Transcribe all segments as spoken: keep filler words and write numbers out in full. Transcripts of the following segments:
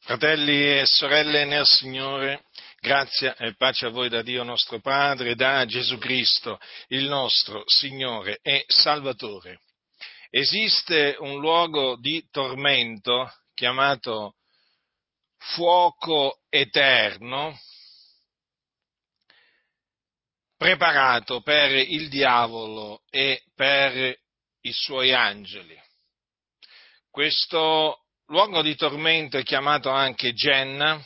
Fratelli e sorelle nel Signore, grazia e pace a voi da Dio nostro Padre e da Gesù Cristo, il nostro Signore e Salvatore. Esiste un luogo di tormento chiamato fuoco eterno, preparato per il diavolo e per i suoi angeli. Questo luogo di tormento è chiamato anche Genna,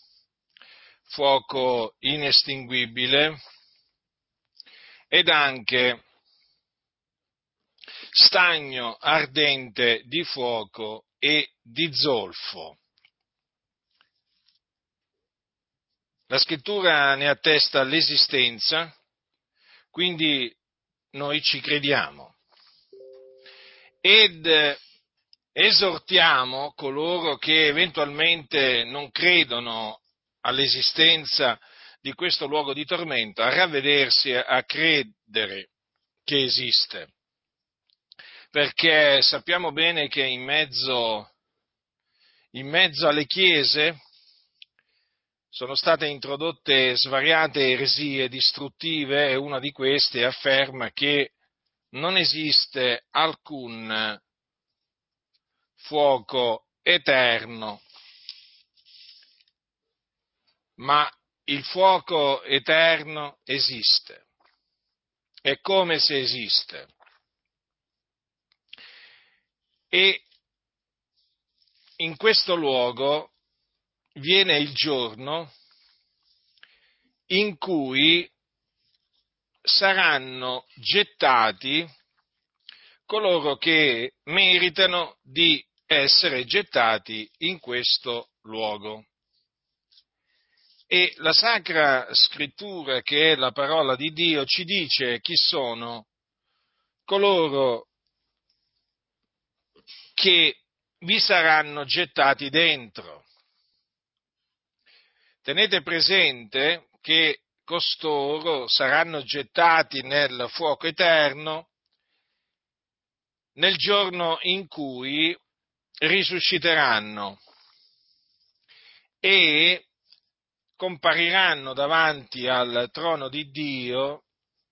fuoco inestinguibile, ed anche stagno ardente di fuoco e di zolfo. La scrittura ne attesta l'esistenza, quindi noi ci crediamo ed esortiamo coloro che eventualmente non credono all'esistenza di questo luogo di tormento a ravvedersi, a credere che esiste, perché sappiamo bene che in mezzo, in mezzo alle chiese sono state introdotte svariate eresie distruttive e una di queste afferma che non esiste alcun fuoco eterno, ma il fuoco eterno esiste. È come se esiste. E in questo luogo viene il giorno in cui saranno gettati coloro che meritano di essere gettati in questo luogo. E la Sacra Scrittura, che è la parola di Dio, ci dice chi sono coloro che vi saranno gettati dentro. Tenete presente che costoro saranno gettati nel fuoco eterno nel giorno in cui risusciteranno e compariranno davanti al trono di Dio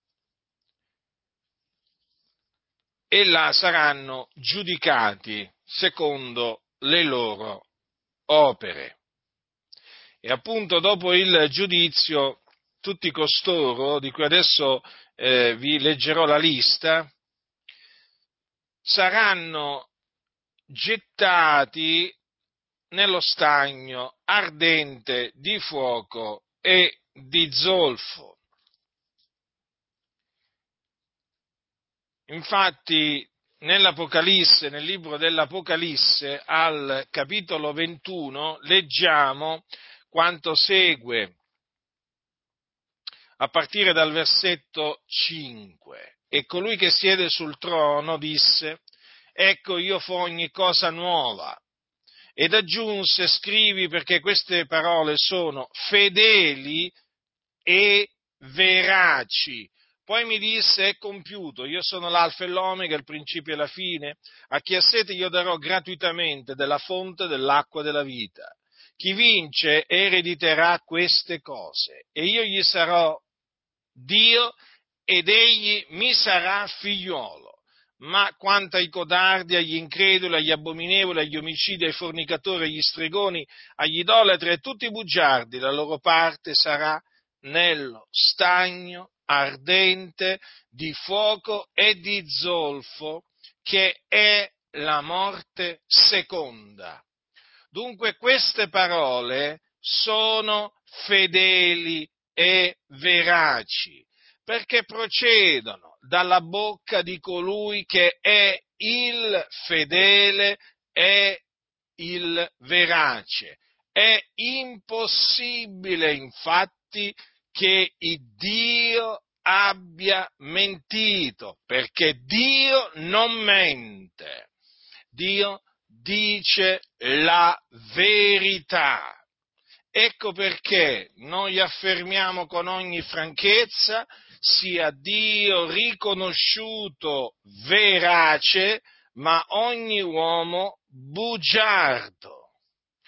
e là saranno giudicati secondo le loro opere. E appunto dopo il giudizio tutti costoro, di cui adesso eh, vi leggerò la lista, saranno gettati nello stagno ardente di fuoco e di zolfo. Infatti, nell'Apocalisse, nel libro dell'Apocalisse, al capitolo ventuno, leggiamo quanto segue, a partire dal versetto cinque. E colui che siede sul trono disse: ecco, io fo ogni cosa nuova. Ed aggiunse: scrivi, perché queste parole sono fedeli e veraci. Poi mi disse: è compiuto, io sono l'alfa e l'omega, il principio e la fine. A chi ha sete io darò gratuitamente della fonte dell'acqua della vita. Chi vince erediterà queste cose, e io gli sarò Dio, ed egli mi sarà figliuolo. Ma quanto ai codardi, agli increduli, agli abominevoli, agli omicidi, ai fornicatori, agli stregoni, agli idolatri e a tutti i bugiardi, la loro parte sarà nello stagno ardente di fuoco e di zolfo, che è la morte seconda. Dunque queste parole sono fedeli e veraci, perché procedono dalla bocca di colui che è il fedele e il verace. È impossibile, infatti, che Dio abbia mentito, perché Dio non mente. Dio dice la verità. Ecco perché noi affermiamo con ogni franchezza: sia Dio riconosciuto verace, ma ogni uomo bugiardo.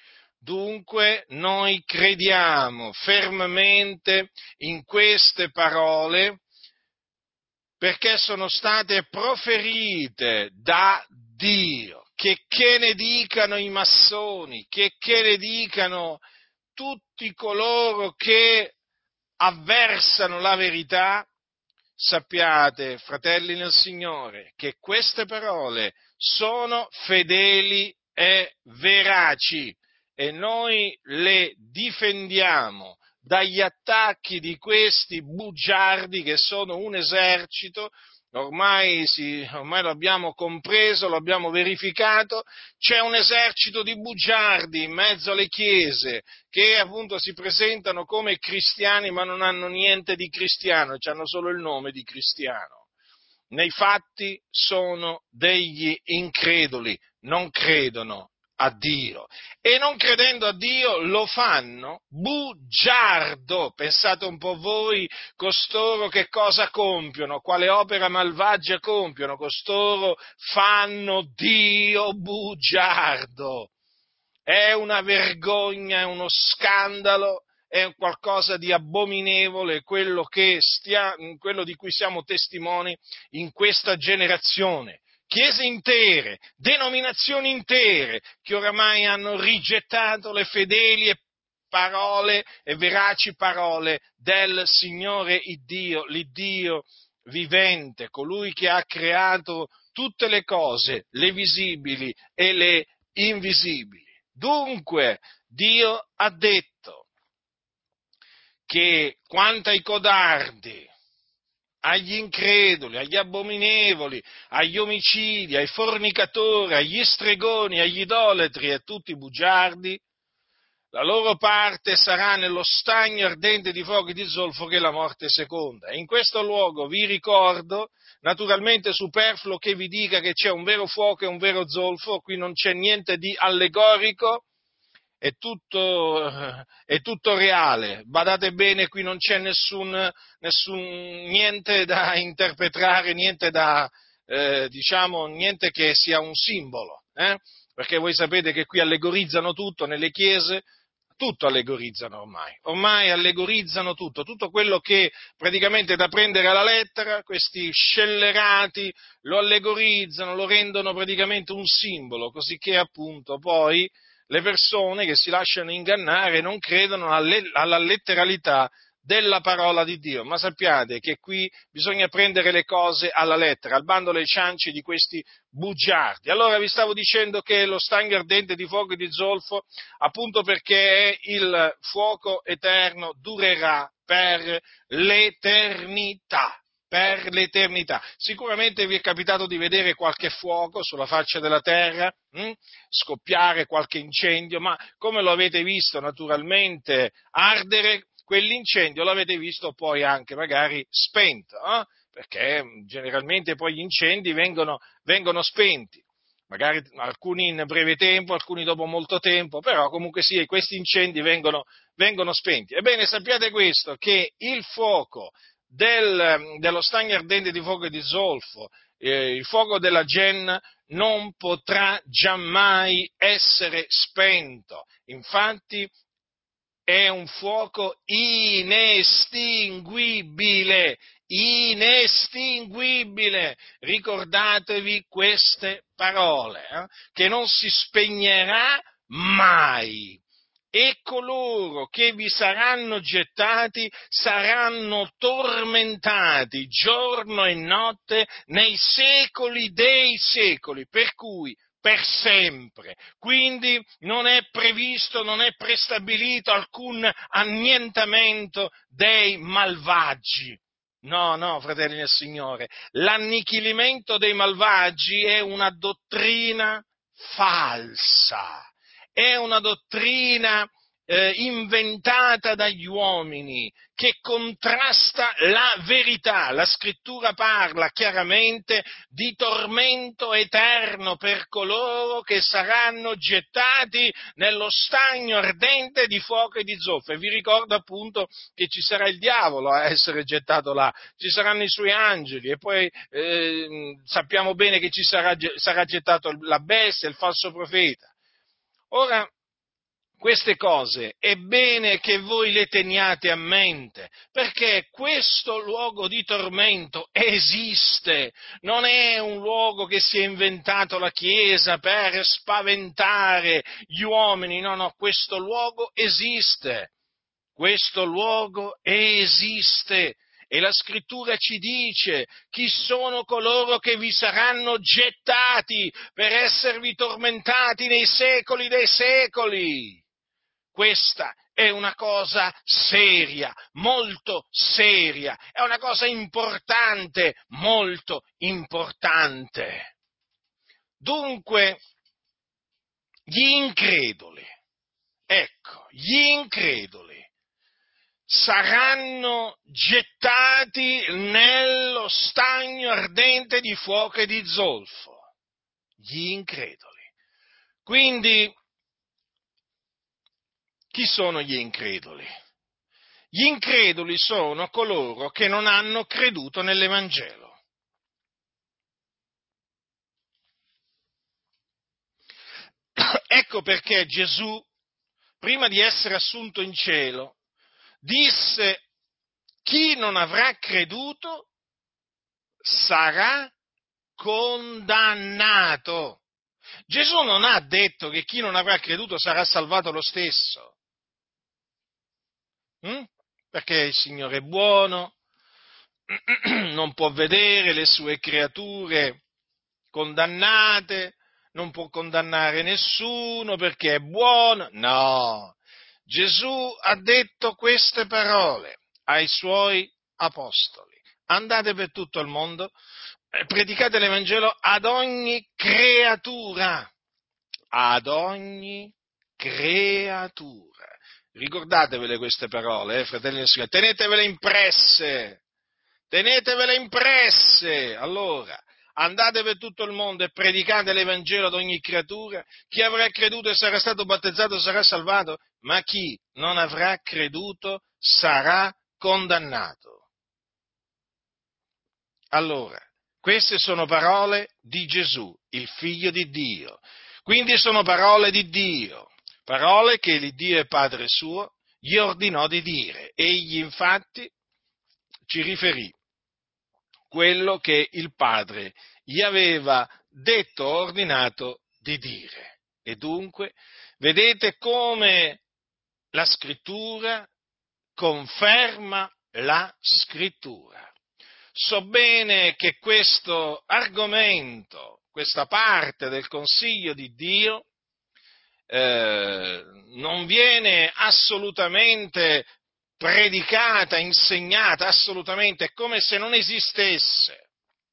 Dunque noi crediamo fermamente in queste parole perché sono state proferite da Dio, che, che ne dicano i massoni, che, che ne dicano tutti coloro che avversano la verità. Sappiate, fratelli nel Signore, che queste parole sono fedeli e veraci e noi le difendiamo dagli attacchi di questi bugiardi che sono un esercito. Ormai, sì, ormai lo abbiamo compreso, lo abbiamo verificato, c'è un esercito di bugiardi in mezzo alle chiese che appunto si presentano come cristiani ma non hanno niente di cristiano, hanno solo il nome di cristiano. Nei fatti sono degli increduli, non credono a Dio e non credendo a Dio lo fanno bugiardo. Pensate un po' voi, costoro che cosa compiono, quale opera malvagia compiono, costoro fanno Dio bugiardo. È una vergogna, è uno scandalo, è qualcosa di abominevole quello, che stia, quello di cui siamo testimoni in questa generazione. Chiese intere, denominazioni intere, che oramai hanno rigettato le fedeli e parole e veraci parole del Signore Iddio, l'Iddio vivente, colui che ha creato tutte le cose, le visibili e le invisibili. Dunque, Dio ha detto che quanto ai codardi, agli increduli, agli abominevoli, agli omicidi, ai fornicatori, agli stregoni, agli idolatri e a tutti i bugiardi, la loro parte sarà nello stagno ardente di fuochi di zolfo che è la morte seconda. E in questo luogo vi ricordo, naturalmente superfluo che vi dica che c'è un vero fuoco e un vero zolfo, qui non c'è niente di allegorico, è tutto, è tutto reale. Badate bene, qui non c'è nessun, nessun niente da interpretare, niente da, eh, diciamo, niente che sia un simbolo, eh? Perché voi sapete che qui allegorizzano tutto nelle chiese. Tutto allegorizzano ormai, ormai allegorizzano tutto, tutto quello che praticamente è da prendere alla lettera, questi scellerati lo allegorizzano, lo rendono praticamente un simbolo, così che appunto poi le persone che si lasciano ingannare non credono alla letteralità della parola di Dio, ma sappiate che qui bisogna prendere le cose alla lettera, al bando le ciance di questi bugiardi. Allora vi stavo dicendo che lo stagno ardente di fuoco e di zolfo, appunto perché il fuoco eterno durerà per l'eternità. Per l'eternità. Sicuramente vi è capitato di vedere qualche fuoco sulla faccia della terra, hm? scoppiare qualche incendio, ma come lo avete visto naturalmente ardere, quell'incendio l'avete visto poi anche magari spento, eh? Perché generalmente poi gli incendi vengono, vengono spenti, magari alcuni in breve tempo, alcuni dopo molto tempo, però comunque sì, questi incendi vengono, vengono spenti. Ebbene, sappiate questo, che il fuoco del, dello stagno ardente di fuoco e di zolfo, eh, il fuoco della Genna, non potrà giammai essere spento. Infatti è un fuoco inestinguibile, inestinguibile. Ricordatevi queste parole, eh, che non si spegnerà mai. E coloro che vi saranno gettati saranno tormentati giorno e notte nei secoli dei secoli, per cui per sempre. Quindi non è previsto, non è prestabilito alcun annientamento dei malvagi. No, no, fratelli del Signore, l'annichilimento dei malvagi è una dottrina falsa. È una dottrina eh, inventata dagli uomini che contrasta la verità. La Scrittura parla chiaramente di tormento eterno per coloro che saranno gettati nello stagno ardente di fuoco e di zolfo. E vi ricordo appunto che ci sarà il diavolo a essere gettato là, ci saranno i suoi angeli e poi eh, sappiamo bene che ci sarà, sarà gettato la bestia, il falso profeta. Ora, queste cose è bene che voi le teniate a mente, perché questo luogo di tormento esiste, non è un luogo che si è inventato la Chiesa per spaventare gli uomini, no, no, questo luogo esiste, questo luogo esiste. E la Scrittura ci dice chi sono coloro che vi saranno gettati per esservi tormentati nei secoli dei secoli. Questa è una cosa seria, molto seria, è una cosa importante, molto importante. Dunque, gli increduli, ecco, gli increduli saranno gettati nello stagno ardente di fuoco e di zolfo. Gli increduli. Quindi, chi sono gli increduli? Gli increduli sono coloro che non hanno creduto nell'Evangelo. Ecco perché Gesù, prima di essere assunto in cielo, disse: chi non avrà creduto sarà condannato. Gesù non ha detto che chi non avrà creduto sarà salvato lo stesso. Mm? Perché il Signore è buono, non può vedere le sue creature condannate, non può condannare nessuno perché è buono. No, Gesù ha detto queste parole ai suoi apostoli: andate per tutto il mondo, predicate l'Evangelo ad ogni creatura, ad ogni creatura. Ricordatevele queste parole, eh, fratelli e sorelle, tenetevele impresse, tenetevele impresse. Allora, andate per tutto il mondo e predicate l'Evangelo ad ogni creatura. Chi avrà creduto e sarà stato battezzato sarà salvato, ma chi non avrà creduto sarà condannato. Allora, queste sono parole di Gesù, il Figlio di Dio. Quindi sono parole di Dio, parole che l'Iddio e Padre suo gli ordinò di dire. Egli infatti ci riferì quello che il Padre gli aveva detto, ordinato di dire. E dunque, vedete come la Scrittura conferma la Scrittura. So bene che questo argomento, questa parte del consiglio di Dio, eh, non viene assolutamente predicata, insegnata, assolutamente, è come se non esistesse.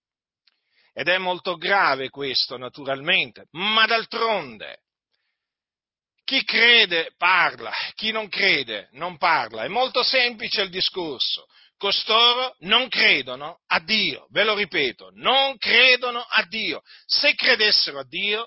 Ed è molto grave questo, naturalmente, ma d'altronde chi crede parla, chi non crede non parla. È molto semplice il discorso. Costoro non credono a Dio, ve lo ripeto, non credono a Dio. Se credessero a Dio,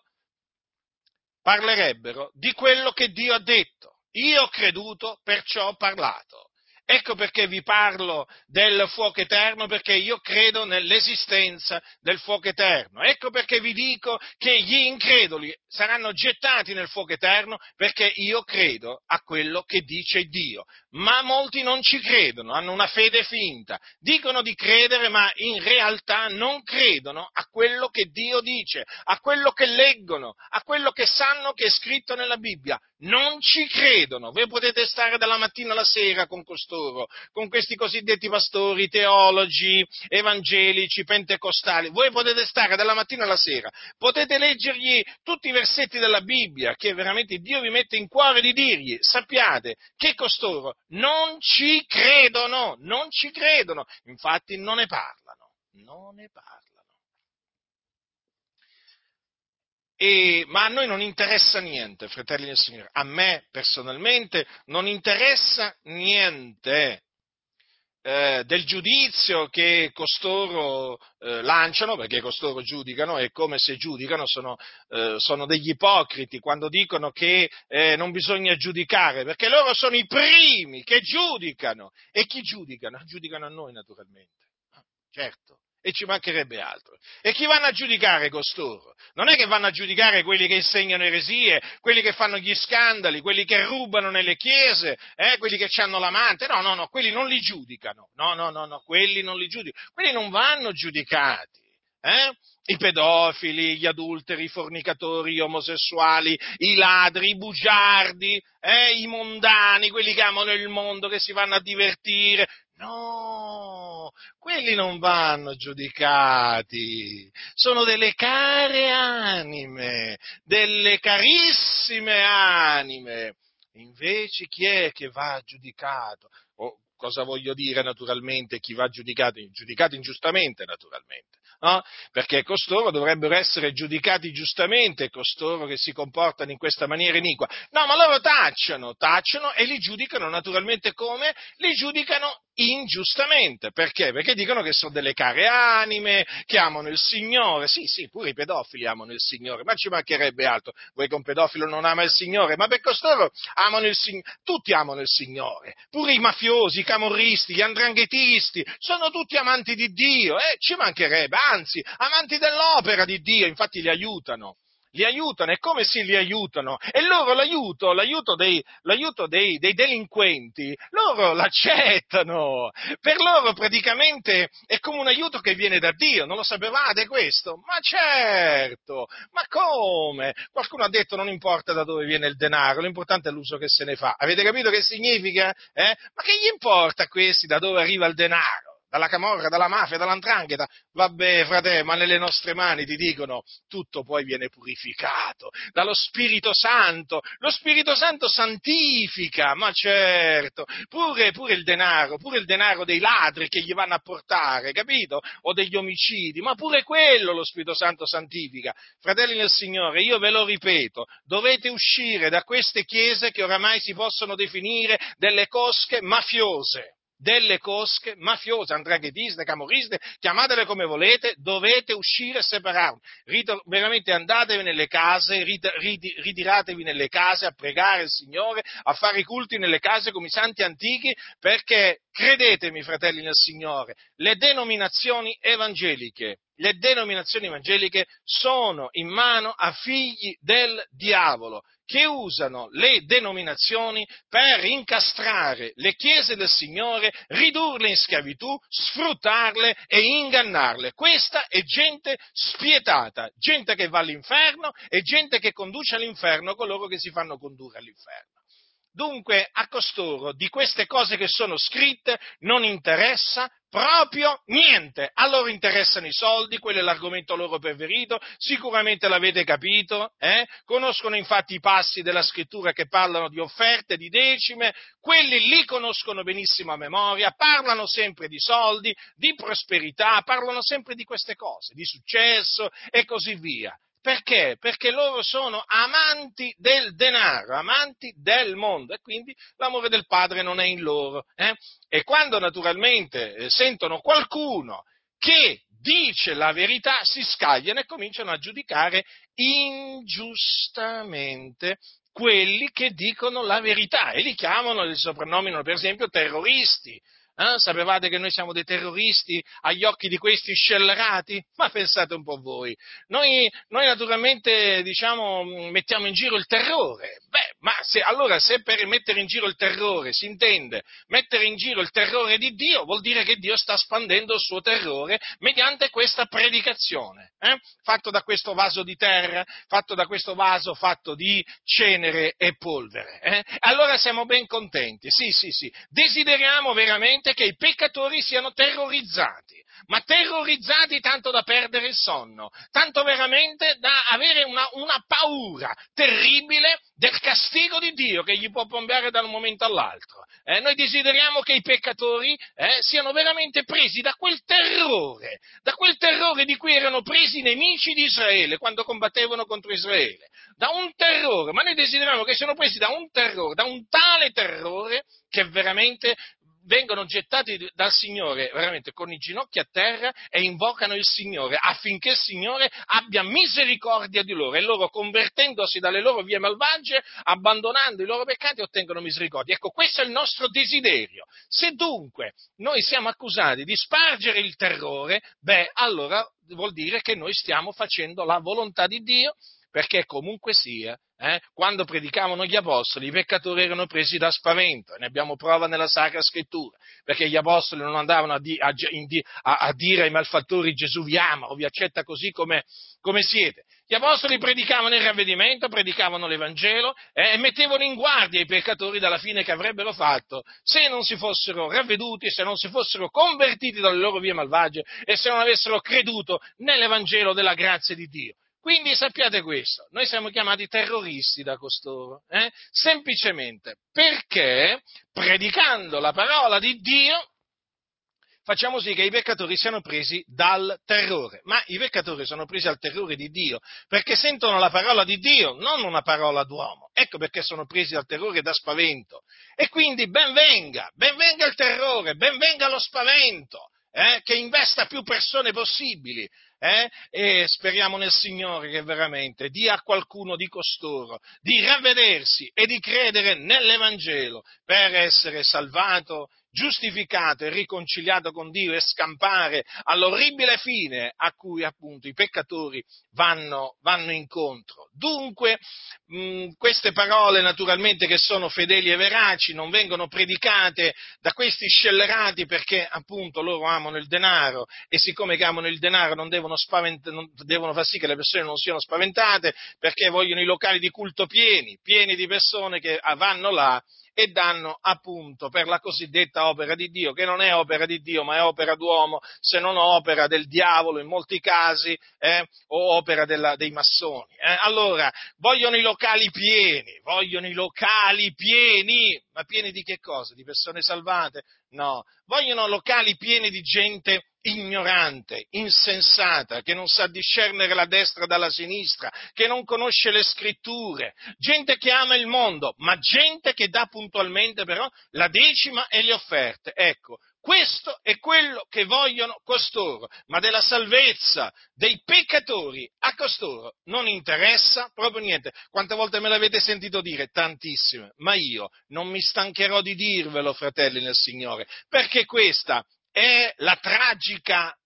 parlerebbero di quello che Dio ha detto. Io ho creduto, perciò ho parlato. Ecco perché vi parlo del fuoco eterno, perché io credo nell'esistenza del fuoco eterno. Ecco perché vi dico che gli increduli saranno gettati nel fuoco eterno, perché io credo a quello che dice Dio. Ma molti non ci credono, hanno una fede finta, dicono di credere, ma in realtà non credono a quello che Dio dice, a quello che leggono, a quello che sanno che è scritto nella Bibbia. Non ci credono. Voi potete stare dalla mattina alla sera con costoro, con questi cosiddetti pastori, teologi, evangelici, pentecostali. Voi potete stare dalla mattina alla sera, potete leggergli tutti i versetti della Bibbia che veramente Dio vi mette in cuore di dirgli. Sappiate che costoro non ci credono, non ci credono. Infatti non ne parlano, non ne parlano. E, ma a noi non interessa niente, fratelli del Signore, a me personalmente non interessa niente eh, del giudizio che costoro eh, lanciano, perché costoro giudicano, e come se giudicano sono, eh, sono degli ipocriti quando dicono che eh, non bisogna giudicare, perché loro sono i primi che giudicano. E chi giudicano? Giudicano a noi naturalmente, certo. e ci mancherebbe altro. E chi vanno a giudicare costoro? Non è che vanno a giudicare quelli che insegnano eresie, quelli che fanno gli scandali, quelli che rubano nelle chiese, eh, quelli che hanno l'amante, no, no, no, quelli non li giudicano, no, no, no, no, quelli non li giudicano, quelli non vanno giudicati. Eh? I pedofili, gli adulteri, i fornicatori, gli omosessuali, i ladri, i bugiardi, eh? I mondani, quelli che amano il mondo, che si vanno a divertire. No, quelli non vanno giudicati, sono delle care anime, delle carissime anime. Invece chi è che va giudicato? Oh, cosa voglio dire naturalmente chi va giudicato? Giudicato ingiustamente naturalmente. No? Perché costoro dovrebbero essere giudicati giustamente, costoro che si comportano in questa maniera iniqua. No, ma loro tacciano, tacciano e li giudicano naturalmente come? Li giudicano ingiustamente. Perché? Perché dicono che sono delle care anime, che amano il Signore. Sì, sì, pure i pedofili amano il Signore, ma ci mancherebbe altro. Vuoi che un pedofilo non ama il Signore? Ma per costoro amano il Signore, tutti amano il Signore, pure i mafiosi, i camorristi, gli andranghetisti, sono tutti amanti di Dio, eh, ci mancherebbe, anzi, amanti dell'opera di Dio, infatti li aiutano. Li aiutano, e come si li aiutano? E loro l'aiuto, l'aiuto, dei, l'aiuto dei, dei delinquenti, loro l'accettano. Per loro praticamente è come un aiuto che viene da Dio, non lo sapevate questo? Ma certo, ma come? Qualcuno ha detto non importa da dove viene il denaro, l'importante è l'uso che se ne fa. Avete capito che significa? Eh? Ma che gli importa a questi da dove arriva il denaro? Dalla camorra, dalla mafia, dall'andrangheta? Vabbè, fratello, ma nelle nostre mani ti dicono tutto poi viene purificato dallo Spirito Santo. Lo Spirito Santo santifica, ma certo, pure, pure il denaro, pure il denaro dei ladri che gli vanno a portare, capito? O degli omicidi, ma pure quello lo Spirito Santo santifica. Fratelli del Signore, io ve lo ripeto, dovete uscire da queste chiese che oramai si possono definire delle cosche mafiose. Delle cosche mafiose, andranghetiste, camorriste, chiamatele come volete, dovete uscire e separarvi. Rito, veramente andatevi nelle case, rit, rit, ritiratevi nelle case a pregare il Signore, a fare i culti nelle case come i santi antichi, perché credetemi, fratelli nel Signore, le denominazioni evangeliche, le denominazioni evangeliche sono in mano a figli del diavolo, che usano le denominazioni per incastrare le chiese del Signore, ridurle in schiavitù, sfruttarle e ingannarle. Questa è gente spietata, gente che va all'inferno e gente che conduce all'inferno coloro che si fanno condurre all'inferno. Dunque, a costoro di queste cose che sono scritte non interessa proprio niente. A loro interessano i soldi, quello è l'argomento loro preferito, sicuramente l'avete capito, eh? Conoscono infatti i passi della scrittura che parlano di offerte, di decime, quelli li conoscono benissimo a memoria, parlano sempre di soldi, di prosperità, parlano sempre di queste cose, di successo e così via. Perché? Perché loro sono amanti del denaro, amanti del mondo e quindi l'amore del Padre non è in loro. Eh? E quando naturalmente eh, sentono qualcuno che dice la verità, si scagliano e cominciano a giudicare ingiustamente quelli che dicono la verità e li chiamano, li soprannominano per esempio terroristi. Eh? Sapevate che noi siamo dei terroristi agli occhi di questi scellerati? Ma pensate un po' voi. Noi, noi naturalmente, diciamo, mettiamo in giro il terrore. Beh, ma se, allora se per mettere in giro il terrore si intende mettere in giro il terrore di Dio, vuol dire che Dio sta spandendo il suo terrore mediante questa predicazione, eh? Fatto da questo vaso di terra, fatto da questo vaso fatto di cenere e polvere. Eh? Allora siamo ben contenti, sì, sì, sì. Desideriamo veramente che i peccatori siano terrorizzati, ma terrorizzati tanto da perdere il sonno, tanto veramente da avere una, una paura terribile del castigo di Dio che gli può piombare da un momento all'altro. Eh, noi desideriamo che i peccatori eh, siano veramente presi da quel terrore, da quel terrore di cui erano presi i nemici di Israele quando combattevano contro Israele, da un terrore, ma noi desideriamo che siano presi da un terrore, da un tale terrore che veramente vengono gettati dal Signore veramente con i ginocchi a terra e invocano il Signore affinché il Signore abbia misericordia di loro e loro, convertendosi dalle loro vie malvagie, abbandonando i loro peccati, ottengono misericordia. Ecco, questo è il nostro desiderio. Se dunque noi siamo accusati di spargere il terrore, beh, allora vuol dire che noi stiamo facendo la volontà di Dio, perché comunque sia, eh, quando predicavano gli apostoli, i peccatori erano presi da spavento, e ne abbiamo prova nella Sacra Scrittura, perché gli apostoli non andavano a, di, a, a, a dire ai malfattori Gesù vi ama o vi accetta così come, come siete. Gli apostoli predicavano il ravvedimento, predicavano l'Evangelo eh, e mettevano in guardia i peccatori dalla fine che avrebbero fatto se non si fossero ravveduti, se non si fossero convertiti dalle loro vie malvagie e se non avessero creduto nell'Evangelo della grazia di Dio. Quindi sappiate questo, noi siamo chiamati terroristi da costoro, eh? semplicemente perché predicando la parola di Dio facciamo sì che i peccatori siano presi dal terrore, ma i peccatori sono presi dal terrore di Dio, perché sentono la parola di Dio, non una parola d'uomo, ecco perché sono presi dal terrore e da spavento, e quindi ben venga, ben venga il terrore, ben venga lo spavento, eh, che investa più persone possibili, eh, e speriamo nel Signore che veramente dia a qualcuno di costoro di ravvedersi e di credere nell'Evangelo per essere salvato, giustificato e riconciliato con Dio e scampare all'orribile fine a cui appunto i peccatori vanno, vanno incontro. Dunque, mh, queste parole naturalmente che sono fedeli e veraci non vengono predicate da questi scellerati perché appunto loro amano il denaro e siccome che amano il denaro non devono, spavent- non devono far sì che le persone non siano spaventate perché vogliono i locali di culto pieni, pieni di persone che vanno là e danno appunto per la cosiddetta opera di Dio, che non è opera di Dio ma è opera d'uomo, se non opera del diavolo in molti casi, eh, o opera della, dei massoni. Eh. Allora, vogliono i locali pieni, vogliono i locali pieni, ma pieni di che cosa? Di persone salvate? No, vogliono locali pieni di gente ignorante, insensata, che non sa discernere la destra dalla sinistra, che non conosce le scritture, gente che ama il mondo, ma gente che dà puntualmente però la decima e le offerte. Ecco, questo è quello che vogliono costoro, ma della salvezza dei peccatori a costoro non interessa proprio niente. Quante volte me l'avete sentito dire? Tantissime, ma io non mi stancherò di dirvelo, fratelli nel Signore, perché questa è la tragica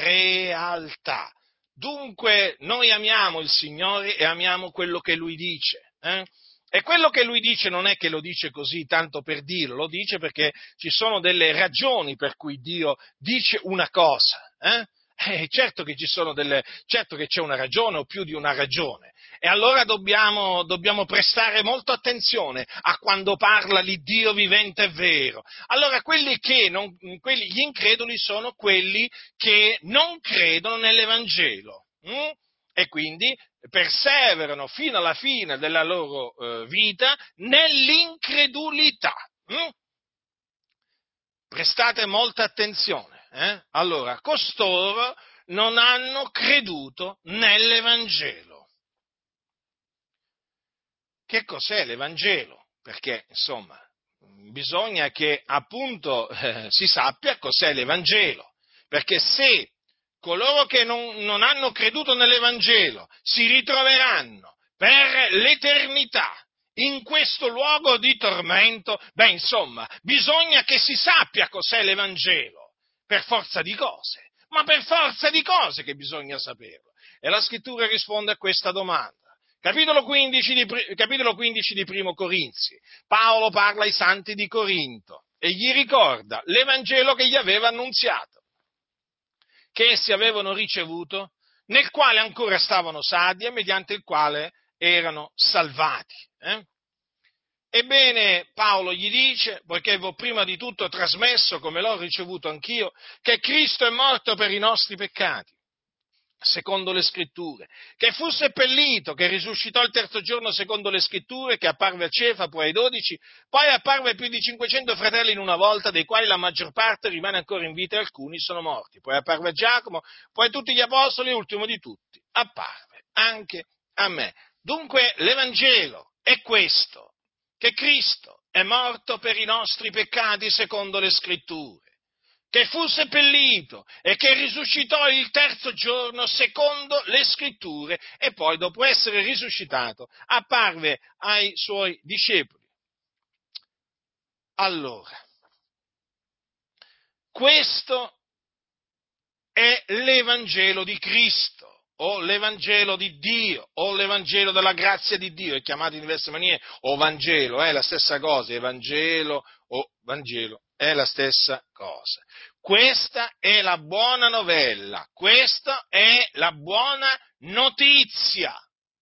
realtà. Dunque noi amiamo il Signore e amiamo quello che Lui dice. Eh? E quello che Lui dice non è che lo dice così tanto per dirlo, lo dice perché ci sono delle ragioni per cui Dio dice una cosa. Eh? Eh, certo che ci sono delle, certo che c'è una ragione o più di una ragione. E allora dobbiamo, dobbiamo prestare molta attenzione a quando parla l'Iddio vivente e vero. Allora quelli che non, quelli, gli increduli sono quelli che non credono nell'Evangelo. Hm? E quindi perseverano fino alla fine della loro eh, vita nell'incredulità. Hm? Prestate molta attenzione. Eh? Allora, costoro non hanno creduto nell'Evangelo. Che cos'è l'Evangelo? Perché, insomma, bisogna che appunto eh, si sappia cos'è l'Evangelo. Perché se coloro che non, non hanno creduto nell'Evangelo si ritroveranno per l'eternità in questo luogo di tormento, beh, insomma, bisogna che si sappia cos'è l'Evangelo, per forza di cose, ma per forza di cose che bisogna saperlo. E la Scrittura risponde a questa domanda. Capitolo quindici, di, capitolo quindici di Primo Corinzi, Paolo parla ai santi di Corinto e gli ricorda l'Evangelo che gli aveva annunziato, che essi avevano ricevuto, nel quale ancora stavano saldi e mediante il quale erano salvati. Eh? Ebbene, Paolo gli dice, poiché vi ho prima di tutto trasmesso, come l'ho ricevuto anch'io, che Cristo è morto per i nostri peccati, secondo le Scritture, che fu seppellito, che risuscitò il terzo giorno secondo le Scritture, che apparve a Cefa, poi ai dodici, poi apparve a più di cinquecento fratelli in una volta, dei quali la maggior parte rimane ancora in vita e alcuni sono morti. Poi apparve a Giacomo, poi a tutti gli apostoli e ultimo di tutti apparve anche a me. Dunque l'Evangelo è questo, che Cristo è morto per i nostri peccati secondo le Scritture, che fu seppellito e che risuscitò il terzo giorno secondo le Scritture e poi, dopo essere risuscitato, apparve ai suoi discepoli. Allora, questo è l'Evangelo di Cristo, o l'Evangelo di Dio, o l'Evangelo della grazia di Dio, è chiamato in diverse maniere, o Vangelo, è la stessa cosa, Evangelo o Vangelo, è la stessa cosa. Questa è la buona novella, questa è la buona notizia.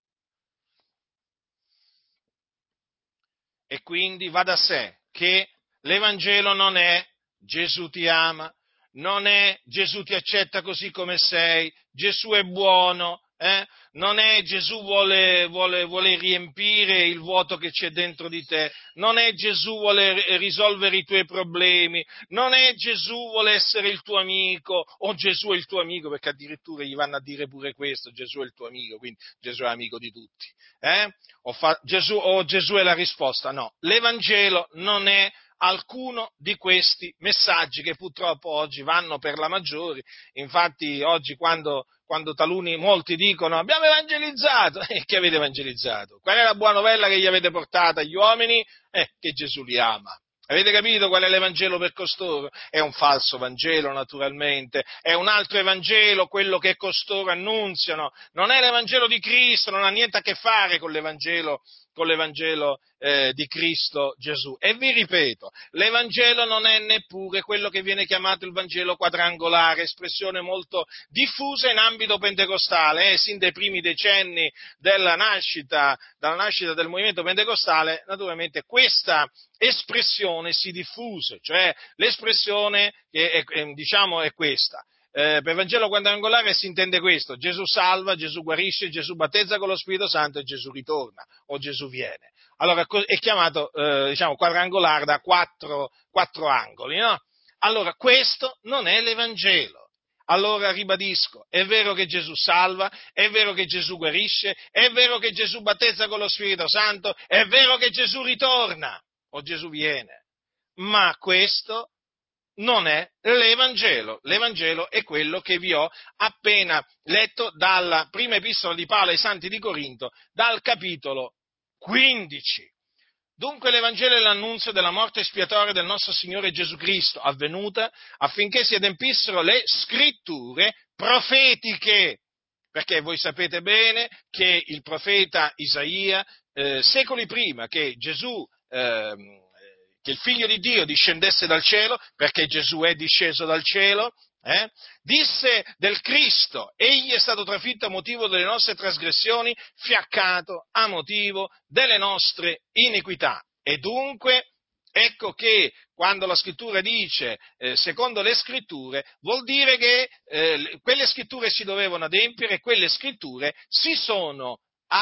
E quindi va da sé che l'Evangelo non è Gesù ti ama, non è Gesù ti accetta così come sei, Gesù è buono, eh? Non è Gesù vuole, vuole, vuole riempire il vuoto che c'è dentro di te, non è Gesù vuole risolvere i tuoi problemi, non è Gesù vuole essere il tuo amico, o Gesù è il tuo amico, perché addirittura gli vanno a dire pure questo, Gesù è il tuo amico, quindi Gesù è amico di tutti. Eh? O, fa, Gesù, o Gesù è la risposta? No, l'Evangelo non è alcuno di questi messaggi che purtroppo oggi vanno per la maggiore. Infatti oggi quando, quando taluni, molti dicono abbiamo evangelizzato, e eh, che avete evangelizzato? Qual è la buona novella che gli avete portato agli uomini? Eh, che Gesù li ama. Avete capito qual è l'Evangelo per costoro? È un falso Vangelo, naturalmente, è un altro Evangelo quello che costoro annunziano, non è l'Evangelo di Cristo, non ha niente a che fare con l'Evangelo, con l'Evangelo eh, di Cristo Gesù. E vi ripeto, l'Evangelo non è neppure quello che viene chiamato il Vangelo quadrangolare, espressione molto diffusa in ambito pentecostale, eh, sin dai primi decenni della nascita, dalla nascita del movimento pentecostale, naturalmente questa espressione si diffuse, cioè l'espressione che è, è, diciamo è questa. Eh, per Vangelo quadrangolare si intende questo: Gesù salva, Gesù guarisce, Gesù battezza con lo Spirito Santo e Gesù ritorna o Gesù viene. Allora è chiamato eh, diciamo quadrangolare da quattro, quattro angoli, no? Allora questo non è l'Evangelo. Allora ribadisco, è vero che Gesù salva, è vero che Gesù guarisce, è vero che Gesù battezza con lo Spirito Santo, è vero che Gesù ritorna o Gesù viene, ma questo non è l'Evangelo. L'Evangelo è quello che vi ho appena letto dalla prima epistola di Paolo ai Santi di Corinto, dal capitolo quindici. Dunque l'Evangelo è l'annunzio della morte espiatoria del nostro Signore Gesù Cristo, avvenuta affinché si adempissero le scritture profetiche. Perché voi sapete bene che il profeta Isaia, eh, secoli prima che Gesù, eh, che il Figlio di Dio discendesse dal cielo, perché Gesù è disceso dal cielo, eh, disse del Cristo: egli è stato trafitto a motivo delle nostre trasgressioni, fiaccato a motivo delle nostre iniquità. E dunque, ecco che quando la scrittura dice eh, secondo le scritture, vuol dire che eh, quelle scritture si dovevano adempiere e quelle scritture si sono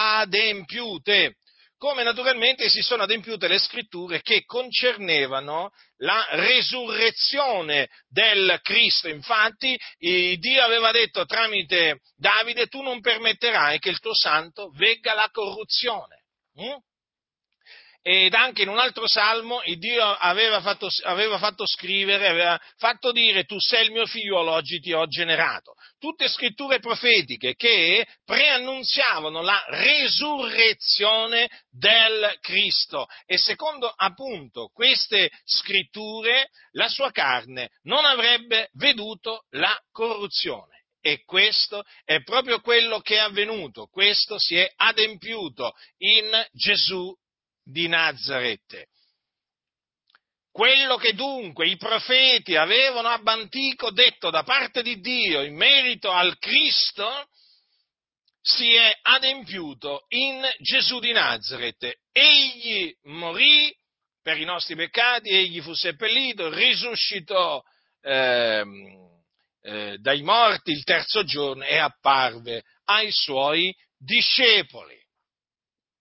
adempiute. Come naturalmente si sono adempiute le scritture che concernevano la resurrezione del Cristo. Infatti Dio aveva detto tramite Davide: tu non permetterai che il tuo santo vegga la corruzione. Mm? Ed anche in un altro salmo il Dio aveva fatto, aveva fatto scrivere, aveva fatto dire: tu sei il mio figliuolo, oggi ti ho generato. Tutte scritture profetiche che preannunziavano la resurrezione del Cristo. E secondo appunto queste scritture la sua carne non avrebbe veduto la corruzione. E questo è proprio quello che è avvenuto, questo si è adempiuto in Gesù di Nazaret. Quello che dunque i profeti avevano ab antico detto da parte di Dio in merito al Cristo si è adempiuto in Gesù di Nazaret. Egli morì per i nostri peccati, egli fu seppellito, risuscitò eh, eh, dai morti il terzo giorno e apparve ai suoi discepoli.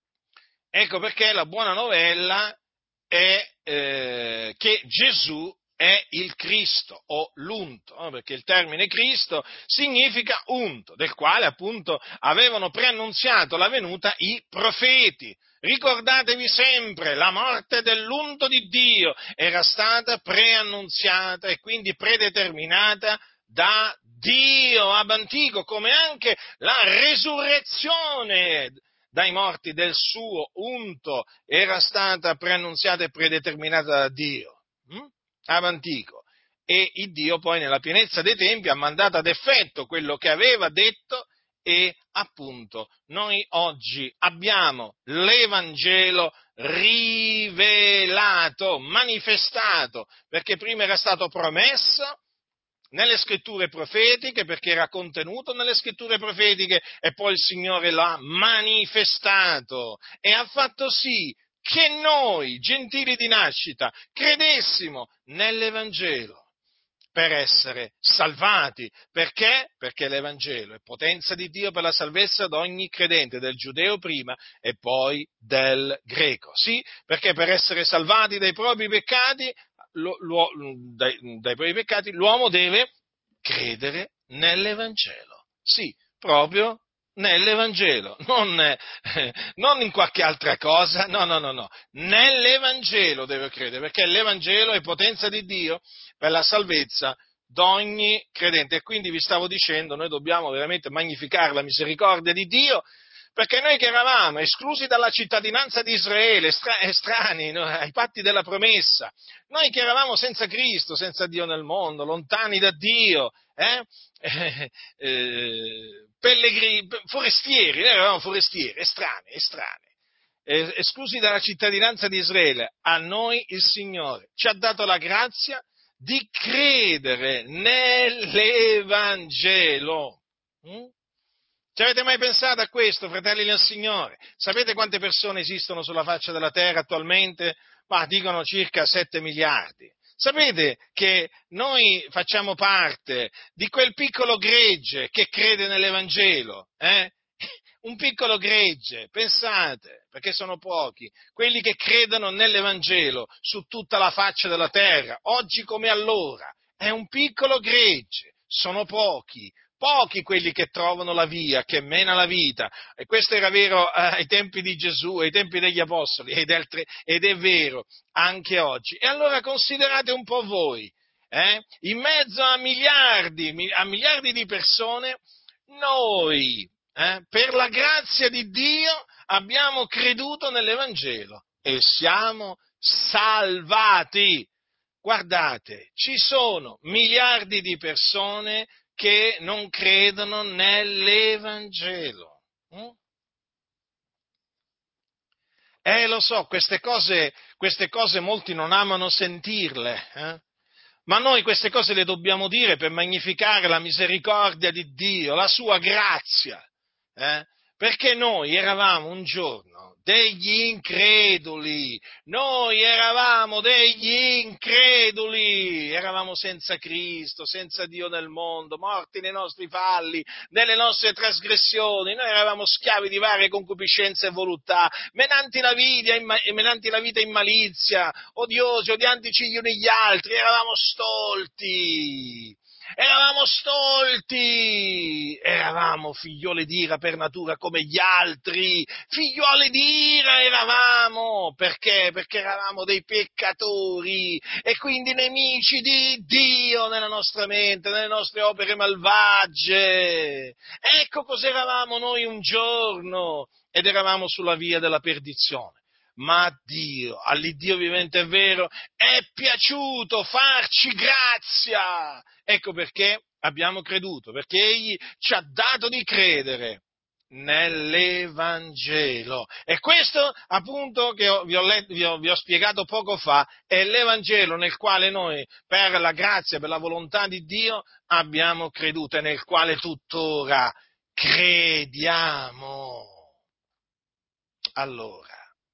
Ecco perché la buona novella è eh, che Gesù è il Cristo o l'unto, no? Perché il termine Cristo significa unto, del quale appunto avevano preannunziato la venuta i profeti. Ricordatevi sempre, la morte dell'unto di Dio era stata preannunziata e quindi predeterminata da Dio ab antico, come anche la resurrezione dai morti del suo unto era stata preannunziata e predeterminata da Dio, hm? ab antico. E il Dio poi nella pienezza dei tempi ha mandato ad effetto quello che aveva detto e appunto noi oggi abbiamo l'Evangelo rivelato, manifestato, perché prima era stato promesso nelle scritture profetiche, perché era contenuto nelle scritture profetiche, e poi il Signore l'ha manifestato e ha fatto sì che noi, gentili di nascita, credessimo nell'Evangelo per essere salvati. Perché? Perché l'Evangelo è potenza di Dio per la salvezza di ogni credente, del giudeo prima e poi del greco. Sì, perché per essere salvati dai propri peccati, lo, lo, dai, dai propri peccati, l'uomo deve credere nell'Evangelo. Sì, proprio nell'Evangelo, non, eh, non in qualche altra cosa, no, no, no, no, nell'Evangelo deve credere, perché l'Evangelo è potenza di Dio per la salvezza d'ogni credente. E quindi vi stavo dicendo, noi dobbiamo veramente magnificare la misericordia di Dio, perché noi che eravamo esclusi dalla cittadinanza di Israele, estra- estranei no, ai patti della promessa, noi che eravamo senza Cristo, senza Dio nel mondo, lontani da Dio, eh? Eh, eh, pellegrini, forestieri, noi eravamo forestieri, estranei, estranei. Eh, esclusi dalla cittadinanza di Israele, a noi il Signore ci ha dato la grazia di credere nell'Evangelo. Mm? Ci avete mai pensato a questo, fratelli del Signore? Sapete quante persone esistono sulla faccia della terra attualmente? Ma dicono circa sette miliardi. Sapete che noi facciamo parte di quel piccolo gregge che crede nell'Evangelo? Eh? Un piccolo gregge, pensate, perché sono pochi, quelli che credono nell'Evangelo su tutta la faccia della terra, oggi come allora. È un piccolo gregge, sono pochi. Pochi quelli che trovano la via, che mena la vita, e questo era vero eh, ai tempi di Gesù, ai tempi degli Apostoli, ed è, ed è vero anche oggi. E allora considerate un po' voi, eh? In mezzo a miliardi, a miliardi di persone, noi, eh, per la grazia di Dio, abbiamo creduto nell'Evangelo e siamo salvati. Guardate, ci sono miliardi di persone che non credono nell'Evangelo. Mm? Eh, lo so, queste cose, queste cose molti non amano sentirle, eh? Ma noi queste cose le dobbiamo dire per magnificare la misericordia di Dio, la sua grazia, eh? Perché noi eravamo un giorno degli increduli, noi eravamo degli increduli, eravamo senza Cristo, senza Dio nel mondo, morti nei nostri falli, nelle nostre trasgressioni, noi eravamo schiavi di varie concupiscenze e voluttà, menanti la vita in, menanti la vita in malizia, odiosi, odiantici gli uni gli altri, eravamo stolti. Eravamo stolti, eravamo figlioli d'ira per natura come gli altri, figlioli d'ira eravamo, perché? Perché eravamo dei peccatori e quindi nemici di Dio nella nostra mente, nelle nostre opere malvagie. Ecco cos'eravamo noi un giorno, ed eravamo sulla via della perdizione. Ma a Dio, all'Iddio vivente e vero, è piaciuto farci grazia. Ecco perché abbiamo creduto, perché Egli ci ha dato di credere nell'Evangelo. E questo, appunto, che vi ho, letto, vi, ho, vi ho spiegato poco fa, è l'Evangelo nel quale noi, per la grazia, per la volontà di Dio, abbiamo creduto e nel quale tuttora crediamo. Allora,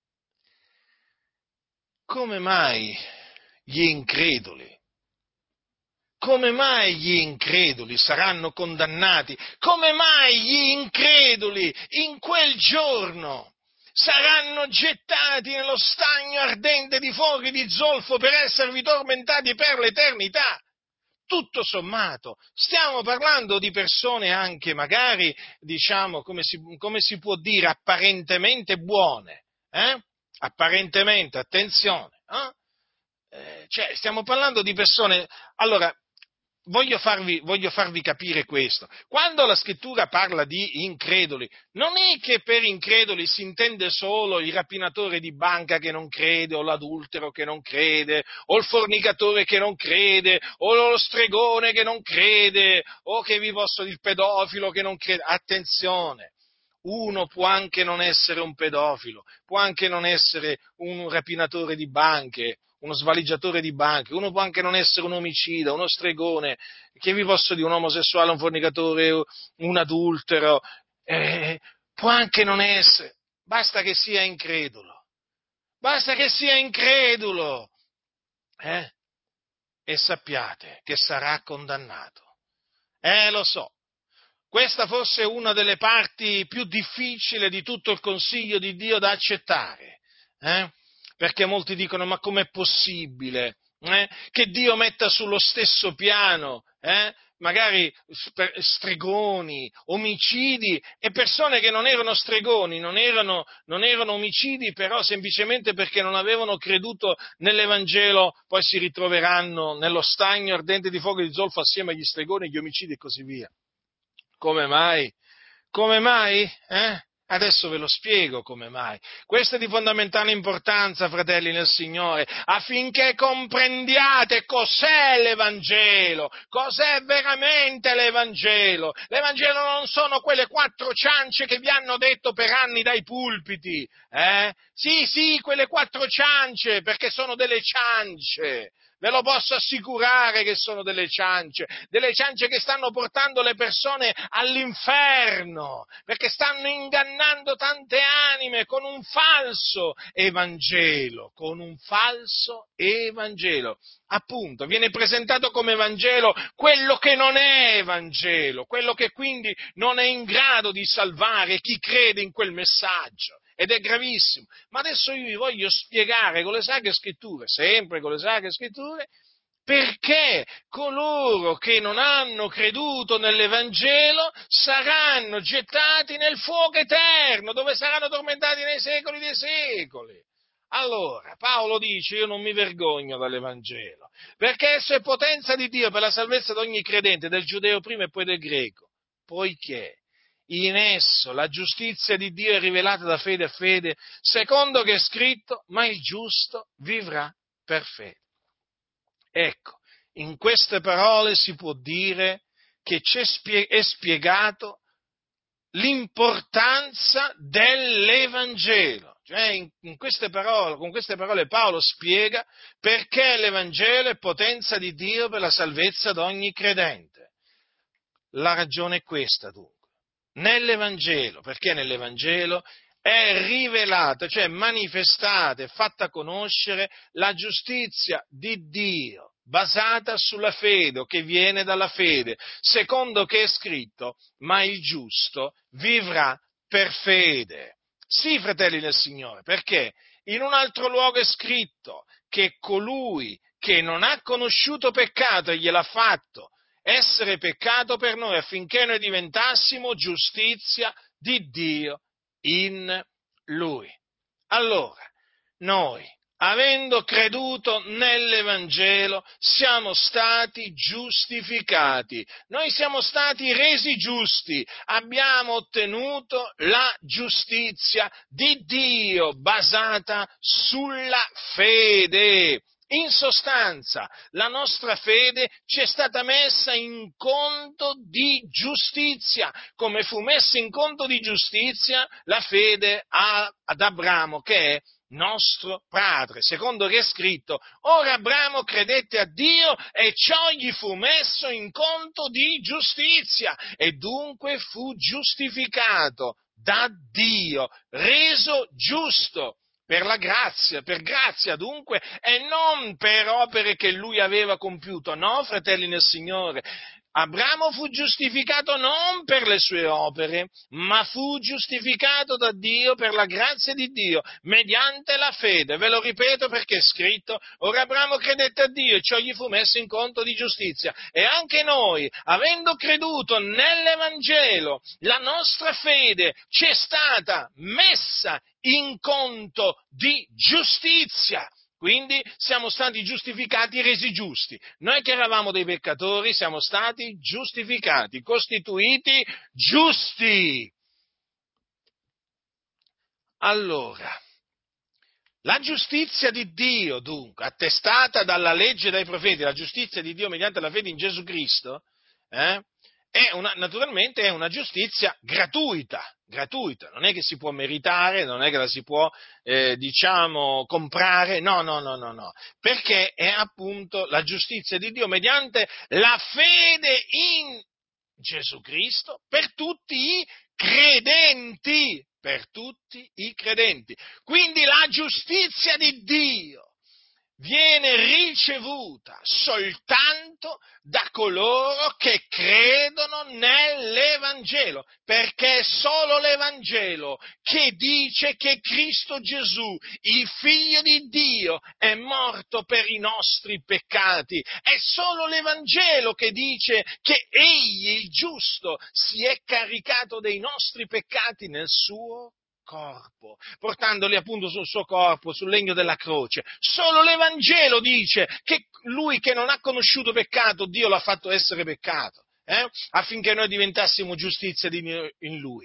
come mai gli increduli? Come mai gli increduli saranno condannati? Come mai gli increduli in quel giorno saranno saranno gettati nello stagno ardente di fuochi di zolfo per esservi tormentati per l'eternità. Tutto sommato, stiamo parlando di persone anche magari, diciamo, come si, come si può dire, apparentemente buone, eh? Apparentemente, attenzione, eh? Eh, cioè, stiamo parlando di persone, allora, Voglio farvi, voglio farvi capire questo. Quando la scrittura parla di increduli, non è che per increduli si intende solo il rapinatore di banca che non crede, o l'adultero che non crede, o il fornicatore che non crede, o lo stregone che non crede, o che vi posso dire il pedofilo che non crede. Attenzione! Uno può anche non essere un pedofilo, può anche non essere un rapinatore di banche, uno svaligiatore di banche, uno può anche non essere un omicida, uno stregone, che vi posso dire, un omosessuale, un fornicatore, un adultero, eh, può anche non essere, basta che sia incredulo, basta che sia incredulo, eh? E sappiate che sarà condannato. Eh, lo so. Questa forse è una delle parti più difficili di tutto il consiglio di Dio da accettare, eh? Perché molti dicono: ma com'è possibile eh? che Dio metta sullo stesso piano eh? magari stregoni, omicidi e persone che non erano stregoni, non erano, non erano omicidi, però semplicemente perché non avevano creduto nell'Evangelo, poi si ritroveranno nello stagno ardente di fuoco e di zolfo assieme agli stregoni, agli omicidi e così via. Come mai? Come mai? Eh? Adesso ve lo spiego come mai. Questo è di fondamentale importanza, fratelli nel Signore, affinché comprendiate cos'è l'Evangelo, cos'è veramente l'Evangelo. L'Evangelo non sono quelle quattro ciance che vi hanno detto per anni dai pulpiti, eh? Sì, sì, quelle quattro ciance, perché sono delle ciance. Ve lo posso assicurare che sono delle ciance, delle ciance che stanno portando le persone all'inferno, perché stanno ingannando tante anime con un falso Evangelo, con un falso Evangelo. Appunto, viene presentato come Vangelo quello che non è Evangelo, quello che quindi non è in grado di salvare chi crede in quel messaggio. Ed è gravissimo. Ma adesso io vi voglio spiegare con le Sacre Scritture, sempre con le Sacre Scritture, perché coloro che non hanno creduto nell'Evangelo saranno gettati nel fuoco eterno, dove saranno tormentati nei secoli dei secoli. Allora, Paolo dice: io non mi vergogno dell'Evangelo, perché esso è potenza di Dio per la salvezza di ogni credente, del giudeo prima e poi del greco, poiché in esso la giustizia di Dio è rivelata da fede a fede, secondo che è scritto: ma il giusto vivrà per fede. Ecco, in queste parole si può dire che c'è spie- è spiegato l'importanza dell'Evangelo. Cioè, in, in queste parole, con queste parole Paolo spiega perché l'Evangelo è potenza di Dio per la salvezza di ogni credente. La ragione è questa, dunque. Nell'Evangelo, perché nell'Evangelo è rivelata, cioè manifestata e fatta conoscere la giustizia di Dio, basata sulla fede, o che viene dalla fede, secondo che è scritto: ma il giusto vivrà per fede. Sì, fratelli del Signore, perché in un altro luogo è scritto che colui che non ha conosciuto peccato e gliel'ha fatto essere peccato per noi, affinché noi diventassimo giustizia di Dio in Lui. Allora, noi, avendo creduto nell'Evangelo, siamo stati giustificati, noi siamo stati resi giusti, abbiamo ottenuto la giustizia di Dio basata sulla fede. In sostanza, la nostra fede ci è stata messa in conto di giustizia, come fu messa in conto di giustizia la fede a, ad Abramo, che è nostro padre, secondo che è scritto: ora Abramo credette a Dio e ciò gli fu messo in conto di giustizia, e dunque fu giustificato da Dio, reso giusto. Per la grazia, per grazia dunque, e non per opere che lui aveva compiuto. No, fratelli nel Signore, Abramo fu giustificato non per le sue opere, ma fu giustificato da Dio per la grazia di Dio, mediante la fede. Ve lo ripeto perché è scritto: ora Abramo credette a Dio e ciò gli fu messo in conto di giustizia. E anche noi, avendo creduto nell'Evangelo, la nostra fede ci è stata messa in conto di giustizia. Quindi siamo stati giustificati, resi giusti. Noi che eravamo dei peccatori siamo stati giustificati, costituiti giusti. Allora, la giustizia di Dio, dunque, attestata dalla legge e dai profeti, la giustizia di Dio mediante la fede in Gesù Cristo, eh, è una, naturalmente è una giustizia gratuita, gratuita, non è che si può meritare, non è che la si può, eh, diciamo, comprare, no, no, no, no, no, perché è appunto la giustizia di Dio mediante la fede in Gesù Cristo per tutti i credenti, per tutti i credenti. Quindi la giustizia di Dio viene ricevuta soltanto da coloro che credono nell'Evangelo, perché è solo l'Evangelo che dice che Cristo Gesù, il Figlio di Dio, è morto per i nostri peccati. È solo l'Evangelo che dice che Egli, il giusto, si è caricato dei nostri peccati nel suo corpo, portandoli appunto sul suo corpo, sul legno della croce. Solo l'Evangelo dice che lui che non ha conosciuto peccato, Dio l'ha fatto essere peccato, eh? affinché noi diventassimo giustizia di, in lui.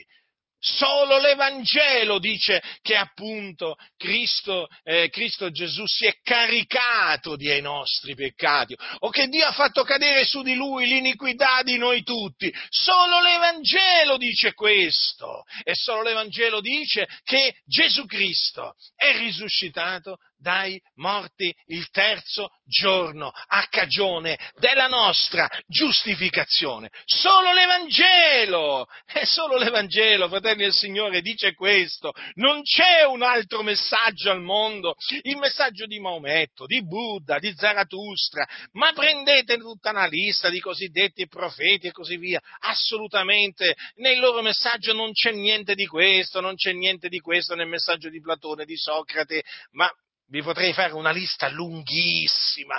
Solo l'Evangelo dice che appunto Cristo, eh, Cristo Gesù si è caricato dei nostri peccati, o che Dio ha fatto cadere su di Lui l'iniquità di noi tutti. Solo l'Evangelo dice questo, e solo l'Evangelo dice che Gesù Cristo è risuscitato dai morti il terzo giorno, a cagione della nostra giustificazione. Solo l'Evangelo, è solo l'Evangelo, fratelli del Signore, dice questo. Non c'è un altro messaggio al mondo, il messaggio di Maometto, di Buddha, di Zarathustra, ma prendete tutta una lista di cosiddetti profeti e così via. Assolutamente, nel loro messaggio non c'è niente di questo, non c'è niente di questo nel messaggio di Platone, di Socrate, ma vi potrei fare una lista lunghissima,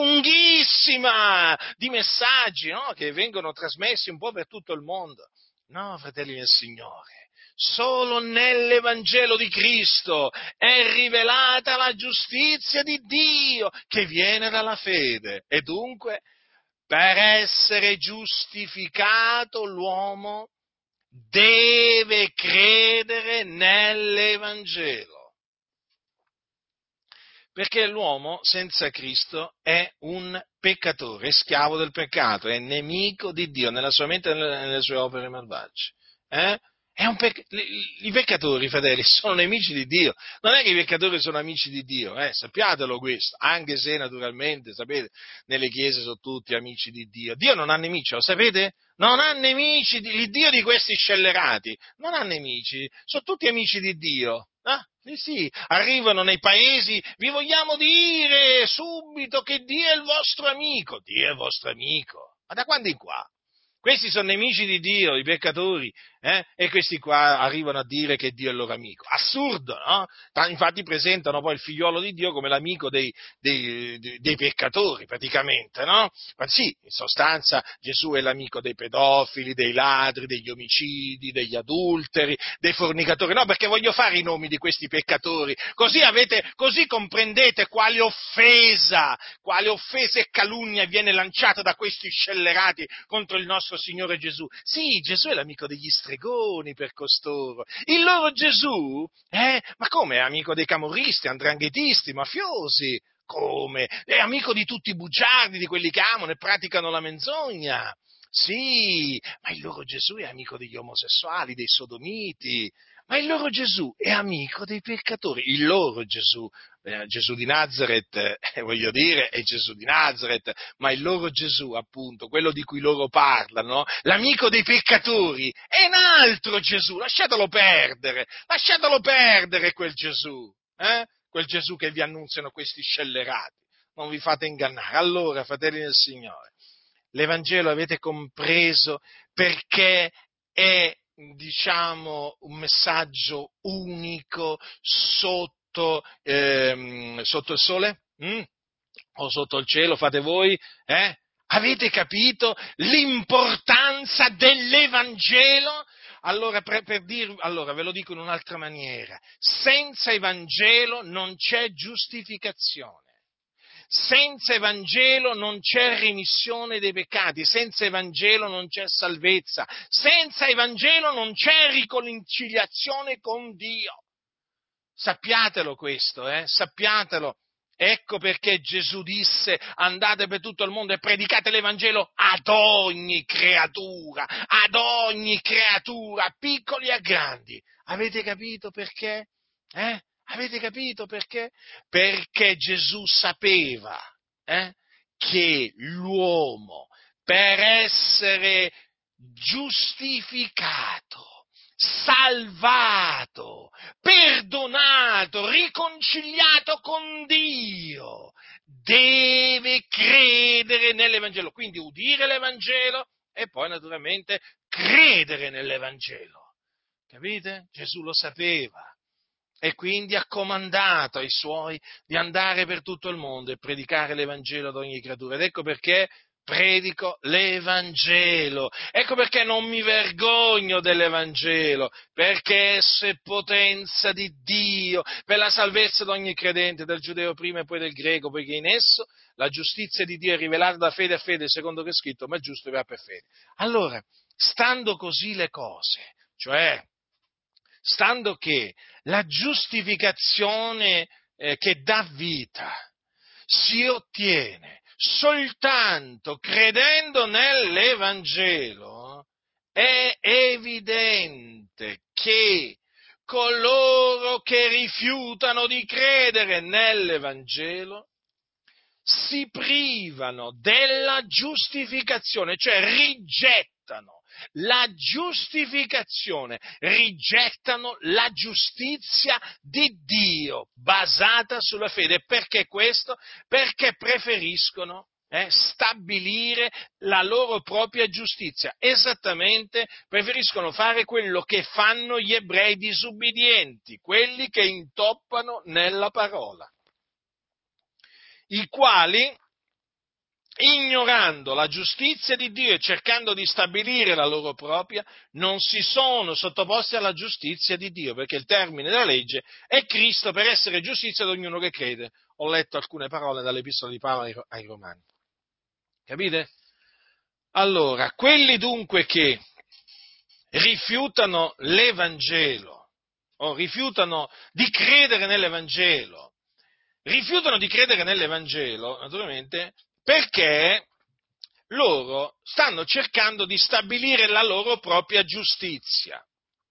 lunghissima di messaggi, no? Che vengono trasmessi un po' per tutto il mondo. No, fratelli del Signore, solo nell'Evangelo di Cristo è rivelata la giustizia di Dio che viene dalla fede. E dunque, per essere giustificato l'uomo deve credere nell'Evangelo. Perché l'uomo senza Cristo è un peccatore, è schiavo del peccato, è nemico di Dio nella sua mente e nelle sue opere malvagie. Eh? È un pec- I peccatori, fratelli, sono nemici di Dio. Non è che i peccatori sono amici di Dio, eh? Sappiatelo questo, anche se naturalmente, sapete, nelle chiese sono tutti amici di Dio. Dio non ha nemici, lo sapete? Non ha nemici, il Dio di questi scellerati non ha nemici, sono tutti amici di Dio. Ah, sì, sì, arrivano nei paesi, vi vogliamo dire subito che Dio è il vostro amico. Dio è il vostro amico. Ma da quando in qua? Questi sono nemici di Dio, i peccatori, eh? E questi qua arrivano a dire che Dio è il loro amico. Assurdo, no? Infatti presentano poi il figliolo di Dio come l'amico dei, dei, dei, dei peccatori, praticamente, no? Ma sì, in sostanza Gesù è l'amico dei pedofili, dei ladri, degli omicidi, degli adulteri, dei fornicatori. No, perché voglio fare i nomi di questi peccatori, così avete, così comprendete quale offesa, quale offesa e calunnia viene lanciata da questi scellerati contro il nostro Signore Gesù. Sì, Gesù è l'amico degli stregoni per costoro. Il loro Gesù, eh, ma come è amico dei camorristi, andranghetisti, mafiosi? Come? È amico di tutti i bugiardi, di quelli che amano e praticano la menzogna. Sì, ma il loro Gesù è amico degli omosessuali, dei sodomiti, ma il loro Gesù è amico dei peccatori. Il loro Gesù, eh, Gesù di Nazaret, eh, voglio dire, è Gesù di Nazaret, ma il loro Gesù, appunto, quello di cui loro parlano, l'amico dei peccatori, è un altro Gesù. Lasciatelo perdere, lasciatelo perdere quel Gesù, eh? Quel Gesù che vi annunziano questi scellerati. Non vi fate ingannare. Allora, fratelli del Signore, l'Evangelo, avete compreso, perché è, diciamo, un messaggio unico sotto, ehm, sotto il sole? Mm? O sotto il cielo, fate voi? Eh? Avete capito l'importanza dell'Evangelo? Allora, per, per dir, allora, ve lo dico in un'altra maniera, senza Evangelo non c'è giustificazione. Senza Evangelo non c'è remissione dei peccati, senza Evangelo non c'è salvezza, senza Evangelo non c'è riconciliazione con Dio. Sappiatelo questo, eh? Sappiatelo. Ecco perché Gesù disse: andate per tutto il mondo e predicate l'Evangelo ad ogni creatura, ad ogni creatura, piccoli e grandi. Avete capito perché? Eh? Avete capito perché? Perché Gesù sapeva eh, che l'uomo, per essere giustificato, salvato, perdonato, riconciliato con Dio, deve credere nell'Evangelo, quindi udire l'Evangelo e poi naturalmente credere nell'Evangelo. Capite? Gesù lo sapeva e quindi ha comandato ai suoi di andare per tutto il mondo e predicare l'Evangelo ad ogni creatura. Ed ecco perché predico l'Evangelo. Ecco perché non mi vergogno dell'Evangelo, perché esso è potenza di Dio per la salvezza di ogni credente, del giudeo prima e poi del greco, poiché in esso la giustizia di Dio è rivelata da fede a fede, secondo che è scritto: ma il giusto vivrà per fede. Allora, stando così le cose, cioè stando che la giustificazione eh, che dà vita si ottiene soltanto credendo nell'Evangelo, è evidente che coloro che rifiutano di credere nell'Evangelo si privano della giustificazione, cioè rigettano la giustificazione, rigettano la giustizia di Dio basata sulla fede. Perché questo? Perché preferiscono eh, stabilire la loro propria giustizia. Esattamente, preferiscono fare quello che fanno gli ebrei disubbidienti, quelli che intoppano nella parola, i quali, ignorando la giustizia di Dio e cercando di stabilire la loro propria, non si sono sottoposti alla giustizia di Dio, perché il termine della legge è Cristo per essere giustizia di ognuno che crede. Ho letto alcune parole dall'Epistola di Paolo ai Romani. Capite? Allora, quelli dunque che rifiutano l'Evangelo, o rifiutano di credere nell'Evangelo, rifiutano di credere nell'Evangelo, naturalmente, perché loro stanno cercando di stabilire la loro propria giustizia.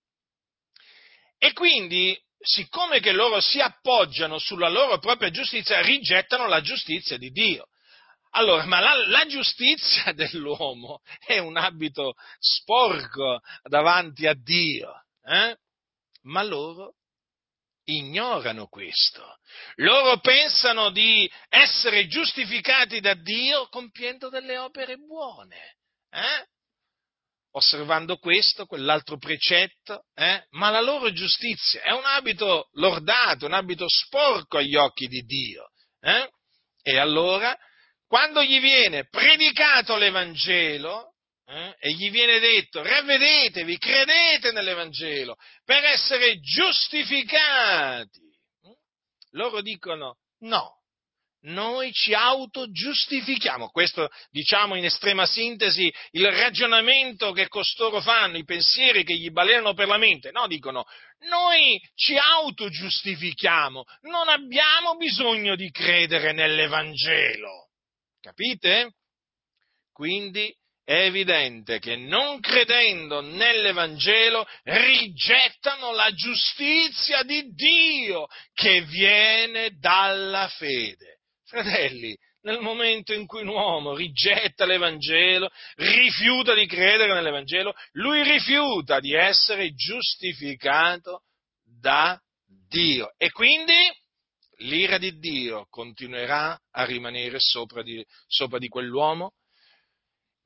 E quindi, siccome che loro si appoggiano sulla loro propria giustizia, rigettano la giustizia di Dio. Allora, ma la, la giustizia dell'uomo è un abito sporco davanti a Dio, eh? Ma loro ignorano questo. Loro pensano di essere giustificati da Dio compiendo delle opere buone, eh? Osservando questo, quell'altro precetto, eh? Ma la loro giustizia è un abito lordato, un abito sporco agli occhi di Dio. Eh? E allora, quando gli viene predicato l'Evangelo, eh? E gli viene detto: ravvedetevi, credete nell'Evangelo per essere giustificati, eh? Loro dicono: no. Noi ci autogiustifichiamo. Questo, diciamo in estrema sintesi, il ragionamento che costoro fanno, i pensieri che gli balenano per la mente. No, dicono: noi ci autogiustifichiamo, non abbiamo bisogno di credere nell'Evangelo. Capite? Quindi è evidente che non credendo nell'Evangelo rigettano la giustizia di Dio che viene dalla fede. Fratelli, nel momento in cui un uomo rigetta l'Evangelo, rifiuta di credere nell'Evangelo, lui rifiuta di essere giustificato da Dio. E quindi l'ira di Dio continuerà a rimanere sopra di, sopra di quell'uomo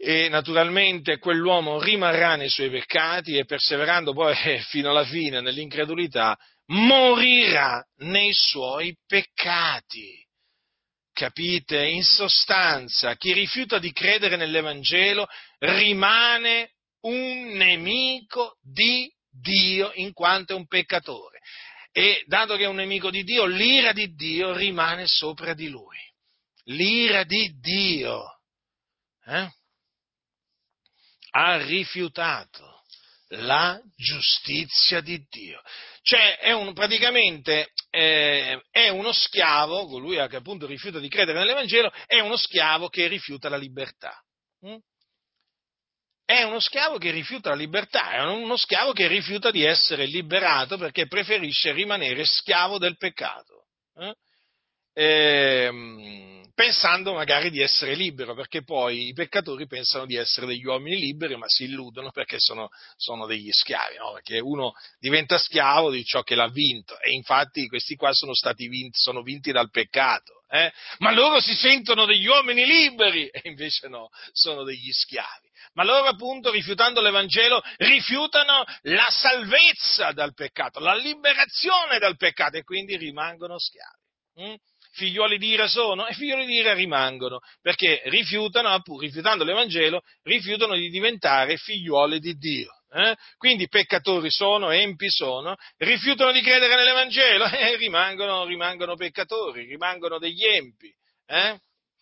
e naturalmente quell'uomo rimarrà nei suoi peccati e perseverando poi fino alla fine nell'incredulità, morirà nei suoi peccati. Capite? In sostanza, chi rifiuta di credere nell'Evangelo rimane un nemico di Dio in quanto è un peccatore. E dato che è un nemico di Dio, l'ira di Dio rimane sopra di lui. L'ira di Dio eh? ha rifiutato la giustizia di Dio. Cioè, è un, praticamente eh, è uno schiavo, colui che appunto rifiuta di credere nell'Evangelo, è uno schiavo che rifiuta la libertà. Mm? È uno schiavo che rifiuta la libertà, è uno schiavo che rifiuta di essere liberato perché preferisce rimanere schiavo del peccato. Eh? Eh, pensando magari di essere libero, perché poi i peccatori pensano di essere degli uomini liberi, ma si illudono perché sono, sono degli schiavi, no? Perché uno diventa schiavo di ciò che l'ha vinto, e infatti questi qua sono stati vinti, sono vinti dal peccato, eh? Ma loro si sentono degli uomini liberi, e invece no, sono degli schiavi. Ma loro appunto, rifiutando l'Evangelo, rifiutano la salvezza dal peccato, la liberazione dal peccato, e quindi rimangono schiavi. Mm? Figliuoli di ira sono? E figliuoli di ira rimangono, perché rifiutano, appunto, rifiutando l'Evangelo, rifiutano di diventare figliuoli di Dio. Eh? Quindi peccatori sono, empi sono, rifiutano di credere nell'Evangelo e rimangono, rimangono peccatori, rimangono degli empi. Eh?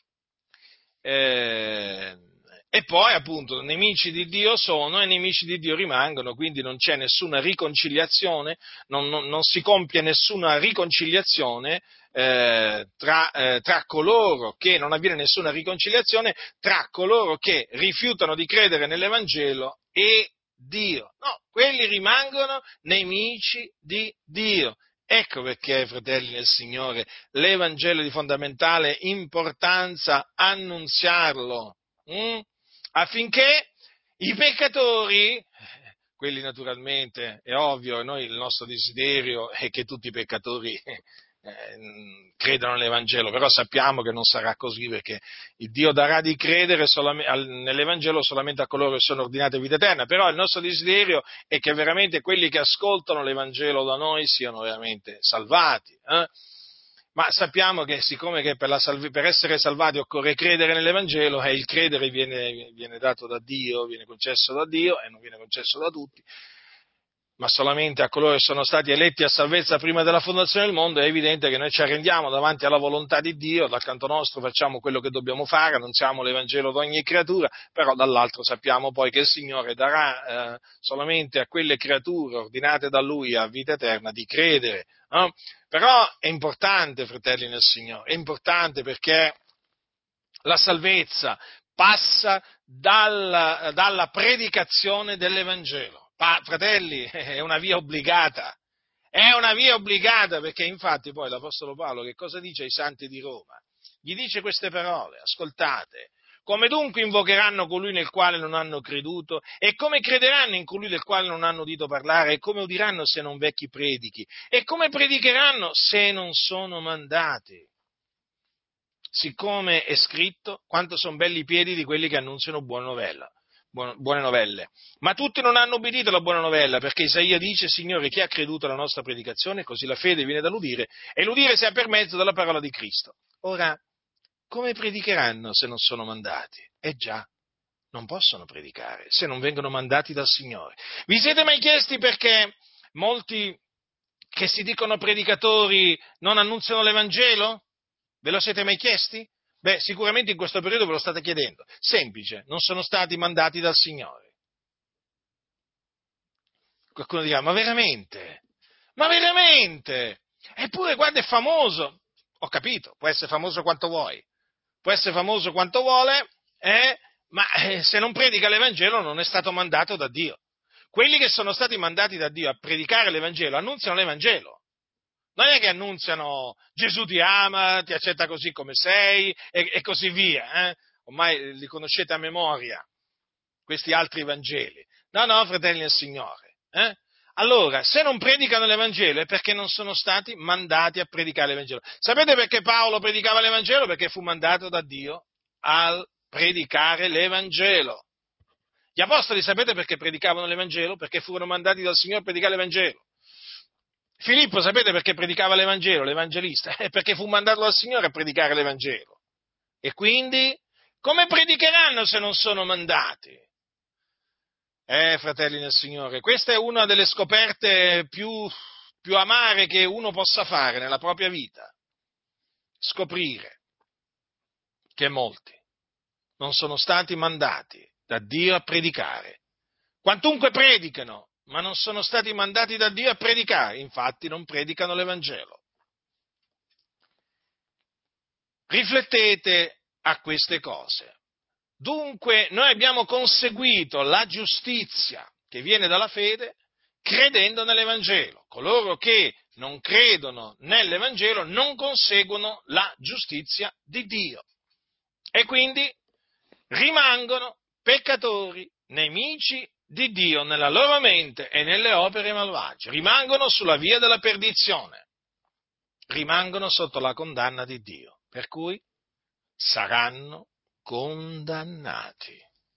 Eh, e poi appunto nemici di Dio sono e nemici di Dio rimangono, quindi non c'è nessuna riconciliazione, non, non, non si compie nessuna riconciliazione eh, tra, eh, tra coloro che, non avviene nessuna riconciliazione tra coloro che rifiutano di credere nell'Evangelo e Dio. No, quelli rimangono nemici di Dio. Ecco perché, fratelli nel Signore, l'Evangelo è di fondamentale importanza annunziarlo, hm? affinché i peccatori, quelli naturalmente, è ovvio, noi il nostro desiderio è che tutti i peccatori eh, credano nell'Evangelo, però sappiamo che non sarà così, perché il Dio darà di credere solamente, nell'Evangelo solamente a coloro che sono ordinati a vita eterna, però il nostro desiderio è che veramente quelli che ascoltano l'Evangelo da noi siano veramente salvati. Eh? Ma sappiamo che siccome che per, la salvi, per essere salvati occorre credere nell'Evangelo, e il credere viene, viene dato da Dio, viene concesso da Dio e non viene concesso da tutti, ma solamente a coloro che sono stati eletti a salvezza prima della fondazione del mondo. È evidente che noi ci arrendiamo davanti alla volontà di Dio, dal canto nostro facciamo quello che dobbiamo fare, annunziamo l'Evangelo ad ogni creatura, però dall'altro sappiamo poi che il Signore darà eh, solamente a quelle creature ordinate da Lui a vita eterna di credere. No? Però è importante, fratelli nel Signore, è importante perché la salvezza passa dalla, dalla predicazione dell'Evangelo. Pa, fratelli, è una via obbligata, è una via obbligata, perché infatti poi l'Apostolo Paolo che cosa dice ai santi di Roma? Gli dice queste parole, ascoltate: come dunque invocheranno colui nel quale non hanno creduto? E come crederanno in colui del quale non hanno udito parlare? E come udiranno se non vecchi predichi? E come predicheranno se non sono mandati? Siccome è scritto, quanto sono belli i piedi di quelli che annunziano buona novella, buone novelle. Ma tutti non hanno obbedito alla buona novella, perché Isaia dice: Signore, chi ha creduto alla nostra predicazione? Così la fede viene dall'udire, e l'udire sia per mezzo della parola di Cristo. Ora, come predicheranno se non sono mandati? Eh già, non possono predicare se non vengono mandati dal Signore. Vi siete mai chiesti perché molti che si dicono predicatori non annunziano l'Evangelo? Ve lo siete mai chiesti? Beh, sicuramente in questo periodo ve lo state chiedendo. Semplice, non sono stati mandati dal Signore. Qualcuno dirà: ma veramente? Ma veramente? Eppure, guarda, è famoso. Ho capito, può essere famoso quanto vuoi. Può essere famoso quanto vuole, eh? ma eh, se non predica l'Evangelo non è stato mandato da Dio. Quelli che sono stati mandati da Dio a predicare l'Evangelo annunziano l'Evangelo. Non è che annunziano Gesù ti ama, ti accetta così come sei e, e così via. Eh? Ormai li conoscete a memoria, questi altri Vangeli. No, no, fratelli del Signore. Eh? Allora, se non predicano l'Evangelo è perché non sono stati mandati a predicare l'Evangelo. Sapete perché Paolo predicava l'Evangelo? Perché fu mandato da Dio al predicare l'Evangelo. Gli apostoli sapete perché predicavano l'Evangelo? Perché furono mandati dal Signore a predicare l'Evangelo. Filippo sapete perché predicava l'Evangelo, l'Evangelista? È perché fu mandato dal Signore a predicare l'Evangelo. E quindi, come predicheranno se non sono mandati? Eh, fratelli nel Signore, questa è una delle scoperte più, più amare che uno possa fare nella propria vita. Scoprire che molti non sono stati mandati da Dio a predicare. Quantunque predicano, ma non sono stati mandati da Dio a predicare, infatti non predicano l'Evangelo. Riflettete a queste cose. Dunque, noi abbiamo conseguito la giustizia che viene dalla fede credendo nell'Evangelo. Coloro che non credono nell'Evangelo non conseguono la giustizia di Dio e quindi rimangono peccatori, nemici di Dio nella loro mente e nelle opere malvagie. Rimangono sulla via della perdizione. Rimangono sotto la condanna di Dio. Per cui saranno condannati.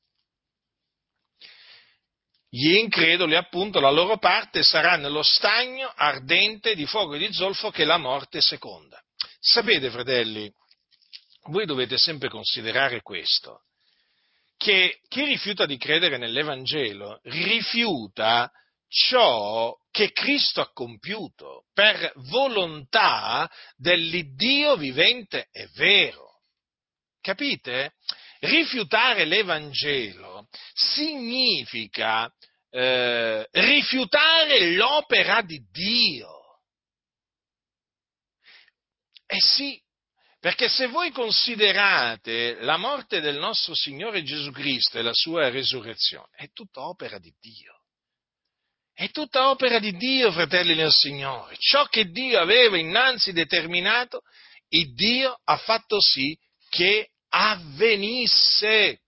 Gli increduli, appunto, la loro parte sarà nello stagno ardente di fuoco e di zolfo che è la morte seconda. Sapete, fratelli, voi dovete sempre considerare questo, che chi rifiuta di credere nell'Evangelo rifiuta ciò che Cristo ha compiuto per volontà dell'Iddio vivente e vero. Capite? Rifiutare l'Evangelo significa eh, rifiutare l'opera di Dio. Eh sì, perché se voi considerate la morte del nostro Signore Gesù Cristo e la sua resurrezione, è tutta opera di Dio. È tutta opera di Dio, fratelli nel Signore. Ciò che Dio aveva innanzi determinato, il Dio ha fatto sì che avvenisse.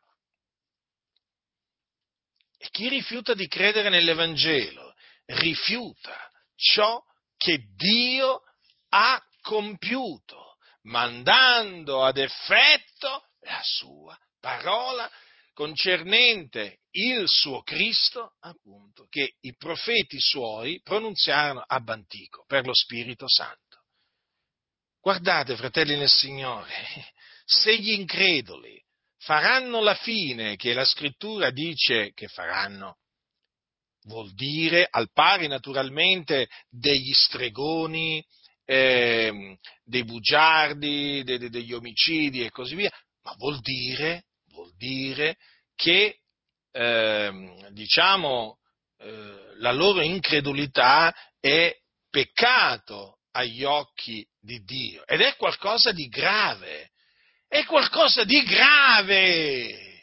E chi rifiuta di credere nell'Evangelo rifiuta ciò che Dio ha compiuto, mandando ad effetto la sua parola concernente il suo Cristo, appunto, che i profeti suoi pronunziarono ab antico per lo Spirito Santo. Guardate, fratelli nel Signore, se gli increduli faranno la fine che la Scrittura dice che faranno, vuol dire, al pari naturalmente degli stregoni, eh, dei bugiardi, de, de, degli omicidi e così via, ma vuol dire, vuol dire che, eh, diciamo, eh, la loro incredulità è peccato agli occhi di Dio ed è qualcosa di grave. È qualcosa di grave.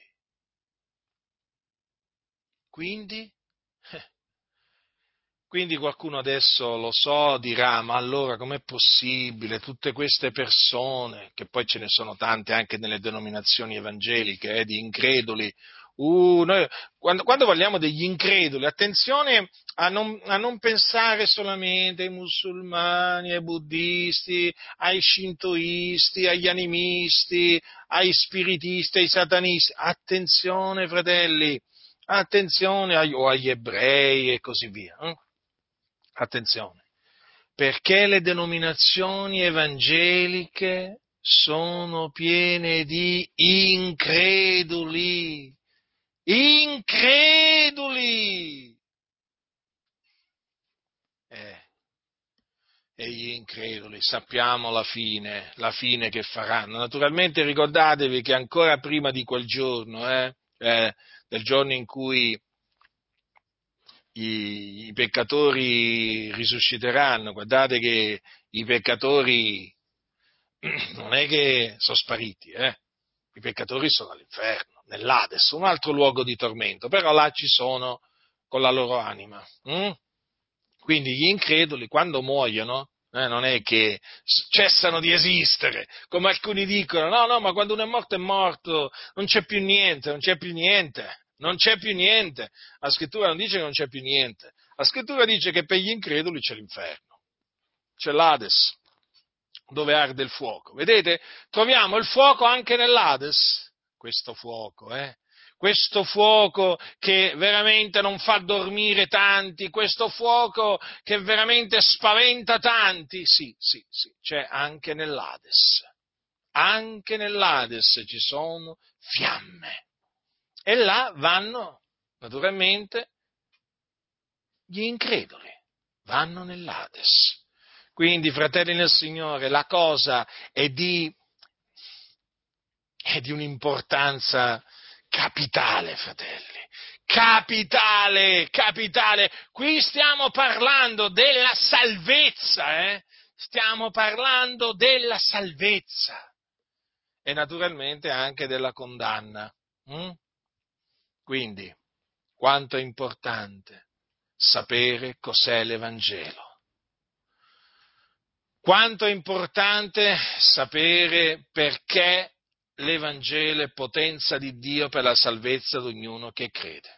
Quindi, quindi qualcuno adesso lo so dirà, ma allora com'è possibile tutte queste persone, che poi ce ne sono tante anche nelle denominazioni evangeliche, eh, di increduli. Uh, noi, quando, quando parliamo degli increduli, attenzione a non, a non pensare solamente ai musulmani, ai buddisti, ai shintoisti, agli animisti, ai spiritisti, ai satanisti. Attenzione, fratelli, attenzione agli, o agli ebrei e così via. Eh? Attenzione, perché le denominazioni evangeliche sono piene di increduli. Increduli! Eh, e gli increduli, sappiamo la fine, la fine che faranno. Naturalmente ricordatevi che ancora prima di quel giorno, eh, eh, del giorno in cui i, i peccatori risusciteranno, guardate che i peccatori non è che sono spariti, eh? I peccatori sono all'inferno, nell'Ades, un altro luogo di tormento, però là ci sono con la loro anima. Hm? Quindi gli increduli, quando muoiono, eh, non è che cessano di esistere, come alcuni dicono, no, no, ma quando uno è morto è morto, non c'è più niente, non c'è più niente, non c'è più niente. La scrittura non dice che non c'è più niente, la scrittura dice che per gli increduli c'è l'inferno, c'è l'Ades, dove arde il fuoco. Vedete? Troviamo il fuoco anche nell'Ades. questo fuoco, eh? Questo fuoco che veramente non fa dormire tanti, questo fuoco che veramente spaventa tanti, sì, sì, sì, c'è anche nell'Ades. Anche nell'Ades ci sono fiamme. E là vanno, naturalmente, gli increduli, vanno nell'Ades. Quindi, fratelli nel Signore, la cosa è di, è di un'importanza capitale, fratelli. Capitale, capitale. Qui stiamo parlando della salvezza, eh? Stiamo parlando della salvezza. E naturalmente anche della condanna. Hm? Quindi, quanto è importante sapere cos'è l'Evangelo. Quanto è importante sapere perché l'Evangelo è potenza di Dio per la salvezza di ognuno che crede.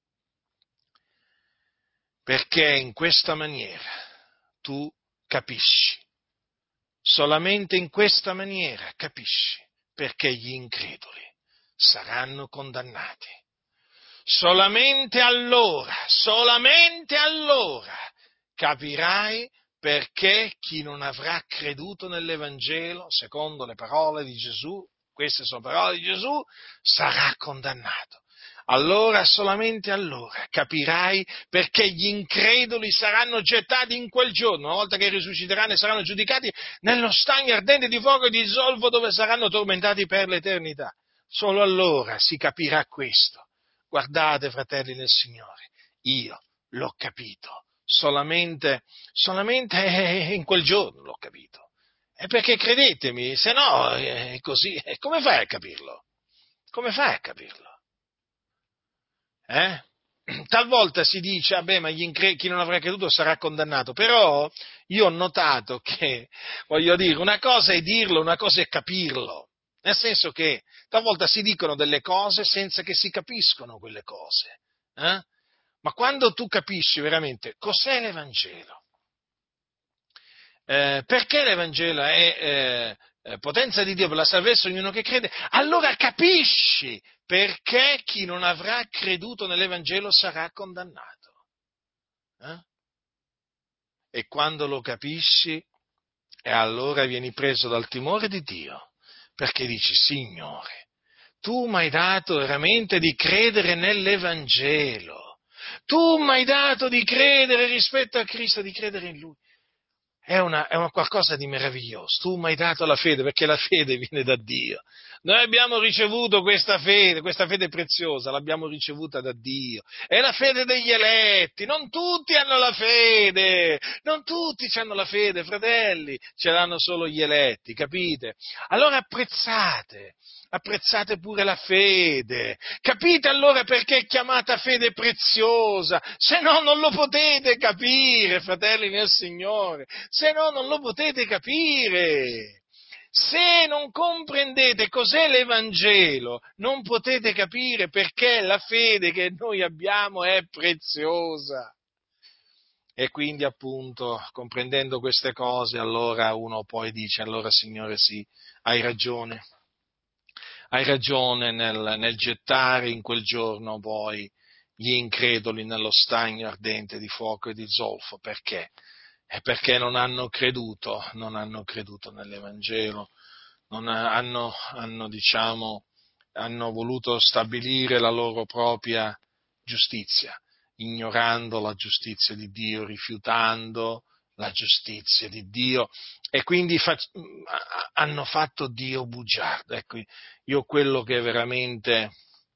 Perché in questa maniera tu capisci, solamente in questa maniera capisci perché gli increduli saranno condannati. Solamente allora, solamente allora capirai perché chi non avrà creduto nell'Evangelo, secondo le parole di Gesù, queste sono parole di Gesù, sarà condannato. Allora, solamente allora, capirai perché gli increduli saranno gettati in quel giorno, una volta che risusciteranno e saranno giudicati nello stagno ardente di fuoco e di zolfo dove saranno tormentati per l'eternità. Solo allora si capirà questo. Guardate, fratelli del Signore, io l'ho capito. Solamente, solamente in quel giorno l'ho capito. E perché credetemi, se no è così, come fai a capirlo? Come fai a capirlo? Eh? Talvolta si dice, vabbè, ma gli incre- chi non avrà creduto sarà condannato, però io ho notato che, voglio dire, una cosa è dirlo, una cosa è capirlo. Nel senso che talvolta si dicono delle cose senza che si capiscono quelle cose. Eh? Ma quando tu capisci veramente cos'è l'Evangelo, eh, perché l'Evangelo è eh, potenza di Dio per la salvezza di ognuno che crede, allora capisci perché chi non avrà creduto nell'Evangelo sarà condannato. Eh? E quando lo capisci, e allora vieni preso dal timore di Dio, perché dici, Signore, tu mi hai dato veramente di credere nell'Evangelo, tu mi hai dato di credere rispetto a Cristo, di credere in Lui. È una, è una qualcosa di meraviglioso. Tu mi hai dato la fede, perché la fede viene da Dio. Noi abbiamo ricevuto questa fede, questa fede preziosa, l'abbiamo ricevuta da Dio. È la fede degli eletti. Non tutti hanno la fede, non tutti hanno la fede, fratelli. Ce l'hanno solo gli eletti, capite? Allora apprezzate. Apprezzate pure la fede. Capite allora perché è chiamata fede preziosa? Se no non lo potete capire, fratelli nel Signore. Se no non lo potete capire. Se non comprendete cos'è l'Evangelo, non potete capire perché la fede che noi abbiamo è preziosa. E quindi appunto, comprendendo queste cose, allora uno poi dice, allora Signore sì, hai ragione. Hai ragione nel, nel gettare in quel giorno poi gli increduli nello stagno ardente di fuoco e di zolfo. Perché? È perché non hanno creduto, non hanno creduto nell'Evangelo, non hanno, hanno, diciamo, hanno voluto stabilire la loro propria giustizia, ignorando la giustizia di Dio, rifiutando la giustizia di Dio, e quindi fa, hanno fatto Dio bugiardo. Ecco, io quello che veramente,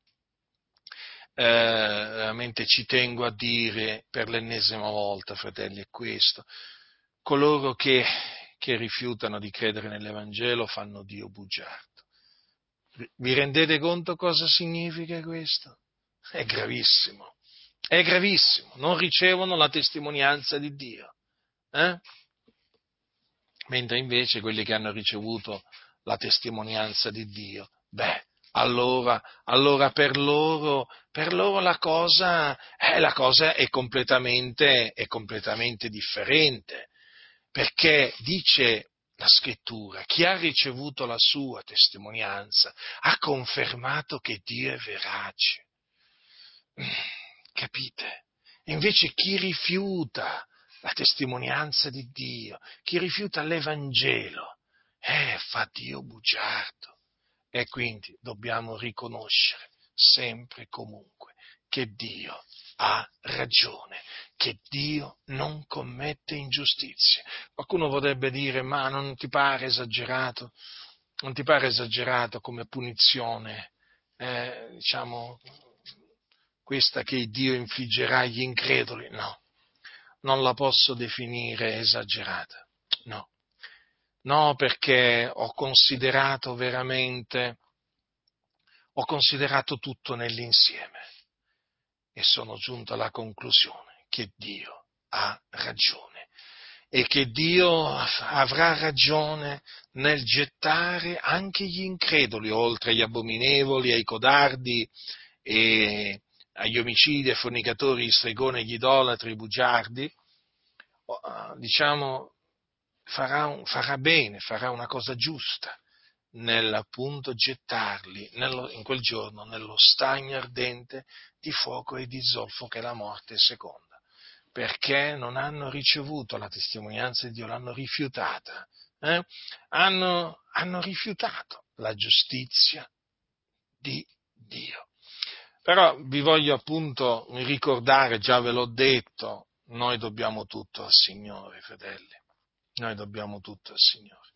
eh, veramente ci tengo a dire per l'ennesima volta, fratelli, è questo: coloro che, che rifiutano di credere nell'Evangelo fanno Dio bugiardo. Vi rendete conto cosa significa questo? È gravissimo, è gravissimo, non ricevono la testimonianza di Dio. Eh? Mentre invece quelli che hanno ricevuto la testimonianza di Dio, beh, allora, allora per loro, per loro la cosa, eh, la cosa è completamente, è completamente differente, perché dice, la scrittura, chi ha ricevuto la sua testimonianza, ha confermato che Dio è verace. Capite? E invece chi rifiuta la testimonianza di Dio, chi rifiuta l'Evangelo, eh, fa Dio bugiardo. E quindi dobbiamo riconoscere sempre e comunque che Dio ha ragione, che Dio non commette ingiustizie. Qualcuno potrebbe dire, ma non ti pare esagerato? Non ti pare esagerato come punizione, eh, diciamo, questa che Dio infliggerà agli increduli? No, non la posso definire esagerata, no. No, perché ho considerato veramente, ho considerato tutto nell'insieme e sono giunto alla conclusione che Dio ha ragione e che Dio avrà ragione nel gettare anche gli increduli, oltre agli abominevoli, ai codardi e agli omicidi, ai fornicatori, gli stregoni, gli idolatri, i bugiardi, diciamo, farà, un, farà bene, farà una cosa giusta nell'appunto gettarli nello, in quel giorno nello stagno ardente di fuoco e di zolfo che è la morte seconda, perché non hanno ricevuto la testimonianza di Dio, l'hanno rifiutata, eh? hanno, hanno rifiutato la giustizia di Dio. Però vi voglio appunto ricordare, già ve l'ho detto, noi dobbiamo tutto al Signore, fratelli. Noi dobbiamo tutto al Signore.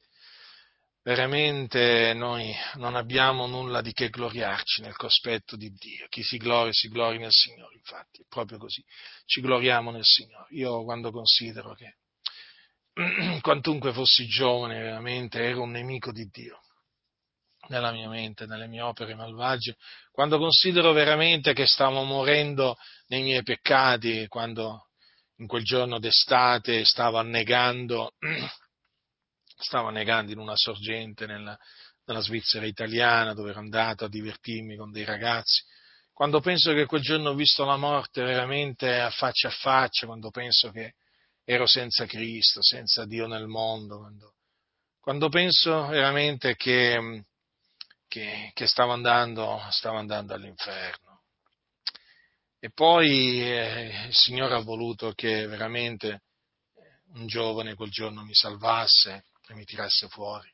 Veramente noi non abbiamo nulla di che gloriarci nel cospetto di Dio. Chi si gloria, si gloria nel Signore, infatti, è proprio così. Ci gloriamo nel Signore. Io quando considero che, quantunque fossi giovane, veramente ero un nemico di Dio, nella mia mente, nelle mie opere malvagie, quando considero veramente che stavo morendo nei miei peccati, quando in quel giorno d'estate stavo annegando, stavo annegando in una sorgente nella, nella Svizzera italiana, dove ero andato a divertirmi con dei ragazzi, quando penso che quel giorno ho visto la morte veramente a faccia a faccia, quando penso che ero senza Cristo, senza Dio nel mondo, quando, quando penso veramente che, che, che stavo andando, stavo andando all'inferno. E poi eh, il Signore ha voluto che veramente un giovane quel giorno mi salvasse e mi tirasse fuori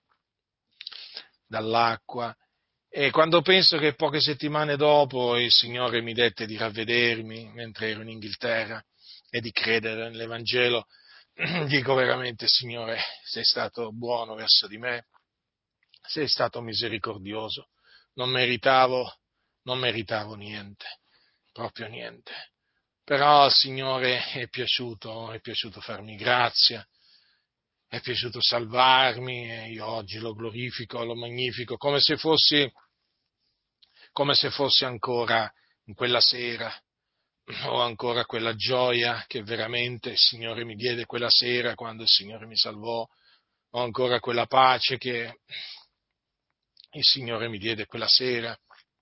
dall'acqua. E quando penso che poche settimane dopo il Signore mi dette di ravvedermi mentre ero in Inghilterra e di credere nell'Evangelo, dico veramente, Signore, sei stato buono verso di me, sei stato misericordioso, non meritavo, non meritavo niente, proprio niente. Però, Signore, è piaciuto, è piaciuto farmi grazia, è piaciuto salvarmi e io oggi lo glorifico, lo magnifico, come se fossi, come se fossi ancora in quella sera, ho ancora quella gioia che veramente il Signore mi diede quella sera quando il Signore mi salvò, ho ancora quella pace che il Signore mi diede quella sera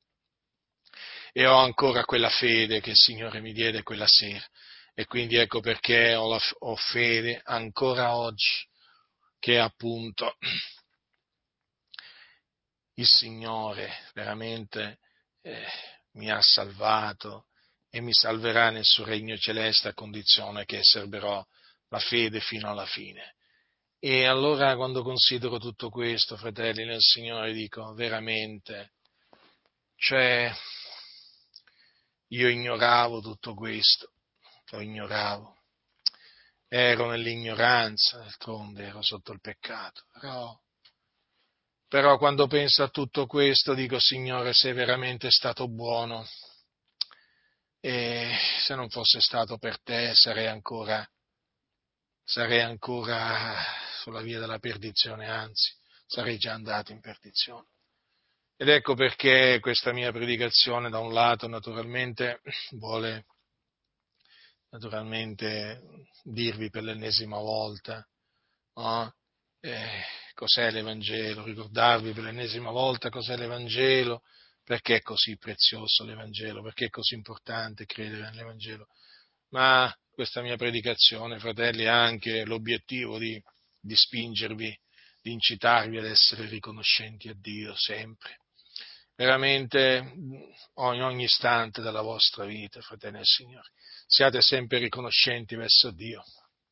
e ho ancora quella fede che il Signore mi diede quella sera. E quindi ecco perché ho, la, ho fede ancora oggi che appunto il Signore veramente eh, mi ha salvato e mi salverà nel suo regno celeste a condizione che serberò la fede fino alla fine. E allora quando considero tutto questo, fratelli nel Signore, dico veramente, cioè io ignoravo tutto questo, lo ignoravo, ero nell'ignoranza, d'altronde ero sotto il peccato, però, però quando penso a tutto questo dico, Signore, sei veramente stato buono, e se non fosse stato per te sarei ancora, sarei ancora sulla via della perdizione, anzi, sarei già andato in perdizione. Ed ecco perché questa mia predicazione, da un lato, naturalmente, vuole naturalmente dirvi per l'ennesima volta, no? eh, cos'è l'Evangelo, ricordarvi per l'ennesima volta cos'è l'Evangelo, perché è così prezioso l'Evangelo, perché è così importante credere nell'Evangelo. Ma questa mia predicazione, fratelli, ha anche l'obiettivo di, di spingervi di incitarvi ad essere riconoscenti a Dio sempre, veramente in ogni istante della vostra vita, fratelli e signori. Siate sempre riconoscenti verso Dio,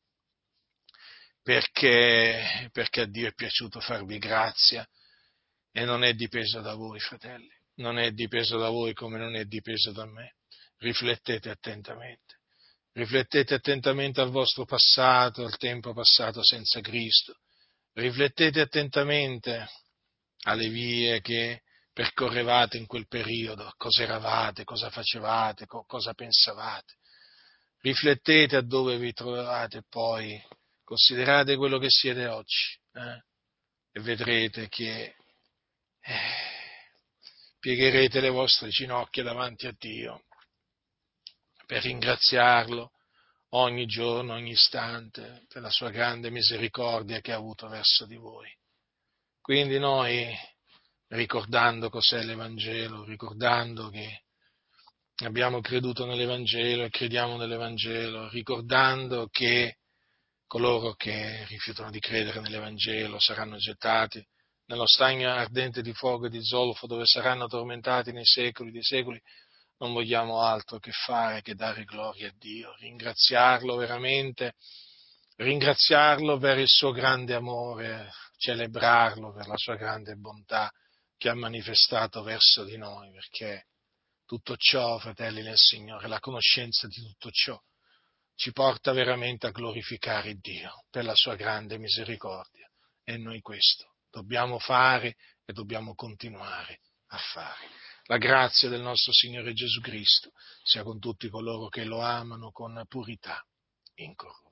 perché, perché a Dio è piaciuto farvi grazia e non è dipeso da voi, fratelli, non è dipeso da voi come non è dipeso da me. Riflettete attentamente, riflettete attentamente al vostro passato, al tempo passato senza Cristo, riflettete attentamente alle vie che percorrevate in quel periodo, cosa eravate, cosa facevate, co- cosa pensavate. Riflettete a dove vi trovate e poi considerate quello che siete oggi, eh? E vedrete che eh, piegherete le vostre ginocchia davanti a Dio per ringraziarlo ogni giorno, ogni istante, per la sua grande misericordia che ha avuto verso di voi. Quindi noi, ricordando cos'è l'Evangelo, ricordando che abbiamo creduto nell'Evangelo e crediamo nell'Evangelo, ricordando che coloro che rifiutano di credere nell'Evangelo saranno gettati nello stagno ardente di fuoco e di zolfo, dove saranno tormentati nei secoli dei secoli, non vogliamo altro che fare che dare gloria a Dio, ringraziarlo veramente, ringraziarlo per il suo grande amore, celebrarlo per la sua grande bontà che ha manifestato verso di noi, perché tutto ciò, fratelli nel Signore, la conoscenza di tutto ciò, ci porta veramente a glorificare Dio per la sua grande misericordia. E noi questo dobbiamo fare e dobbiamo continuare a fare. La grazia del nostro Signore Gesù Cristo sia con tutti coloro che lo amano con purità incorrotta.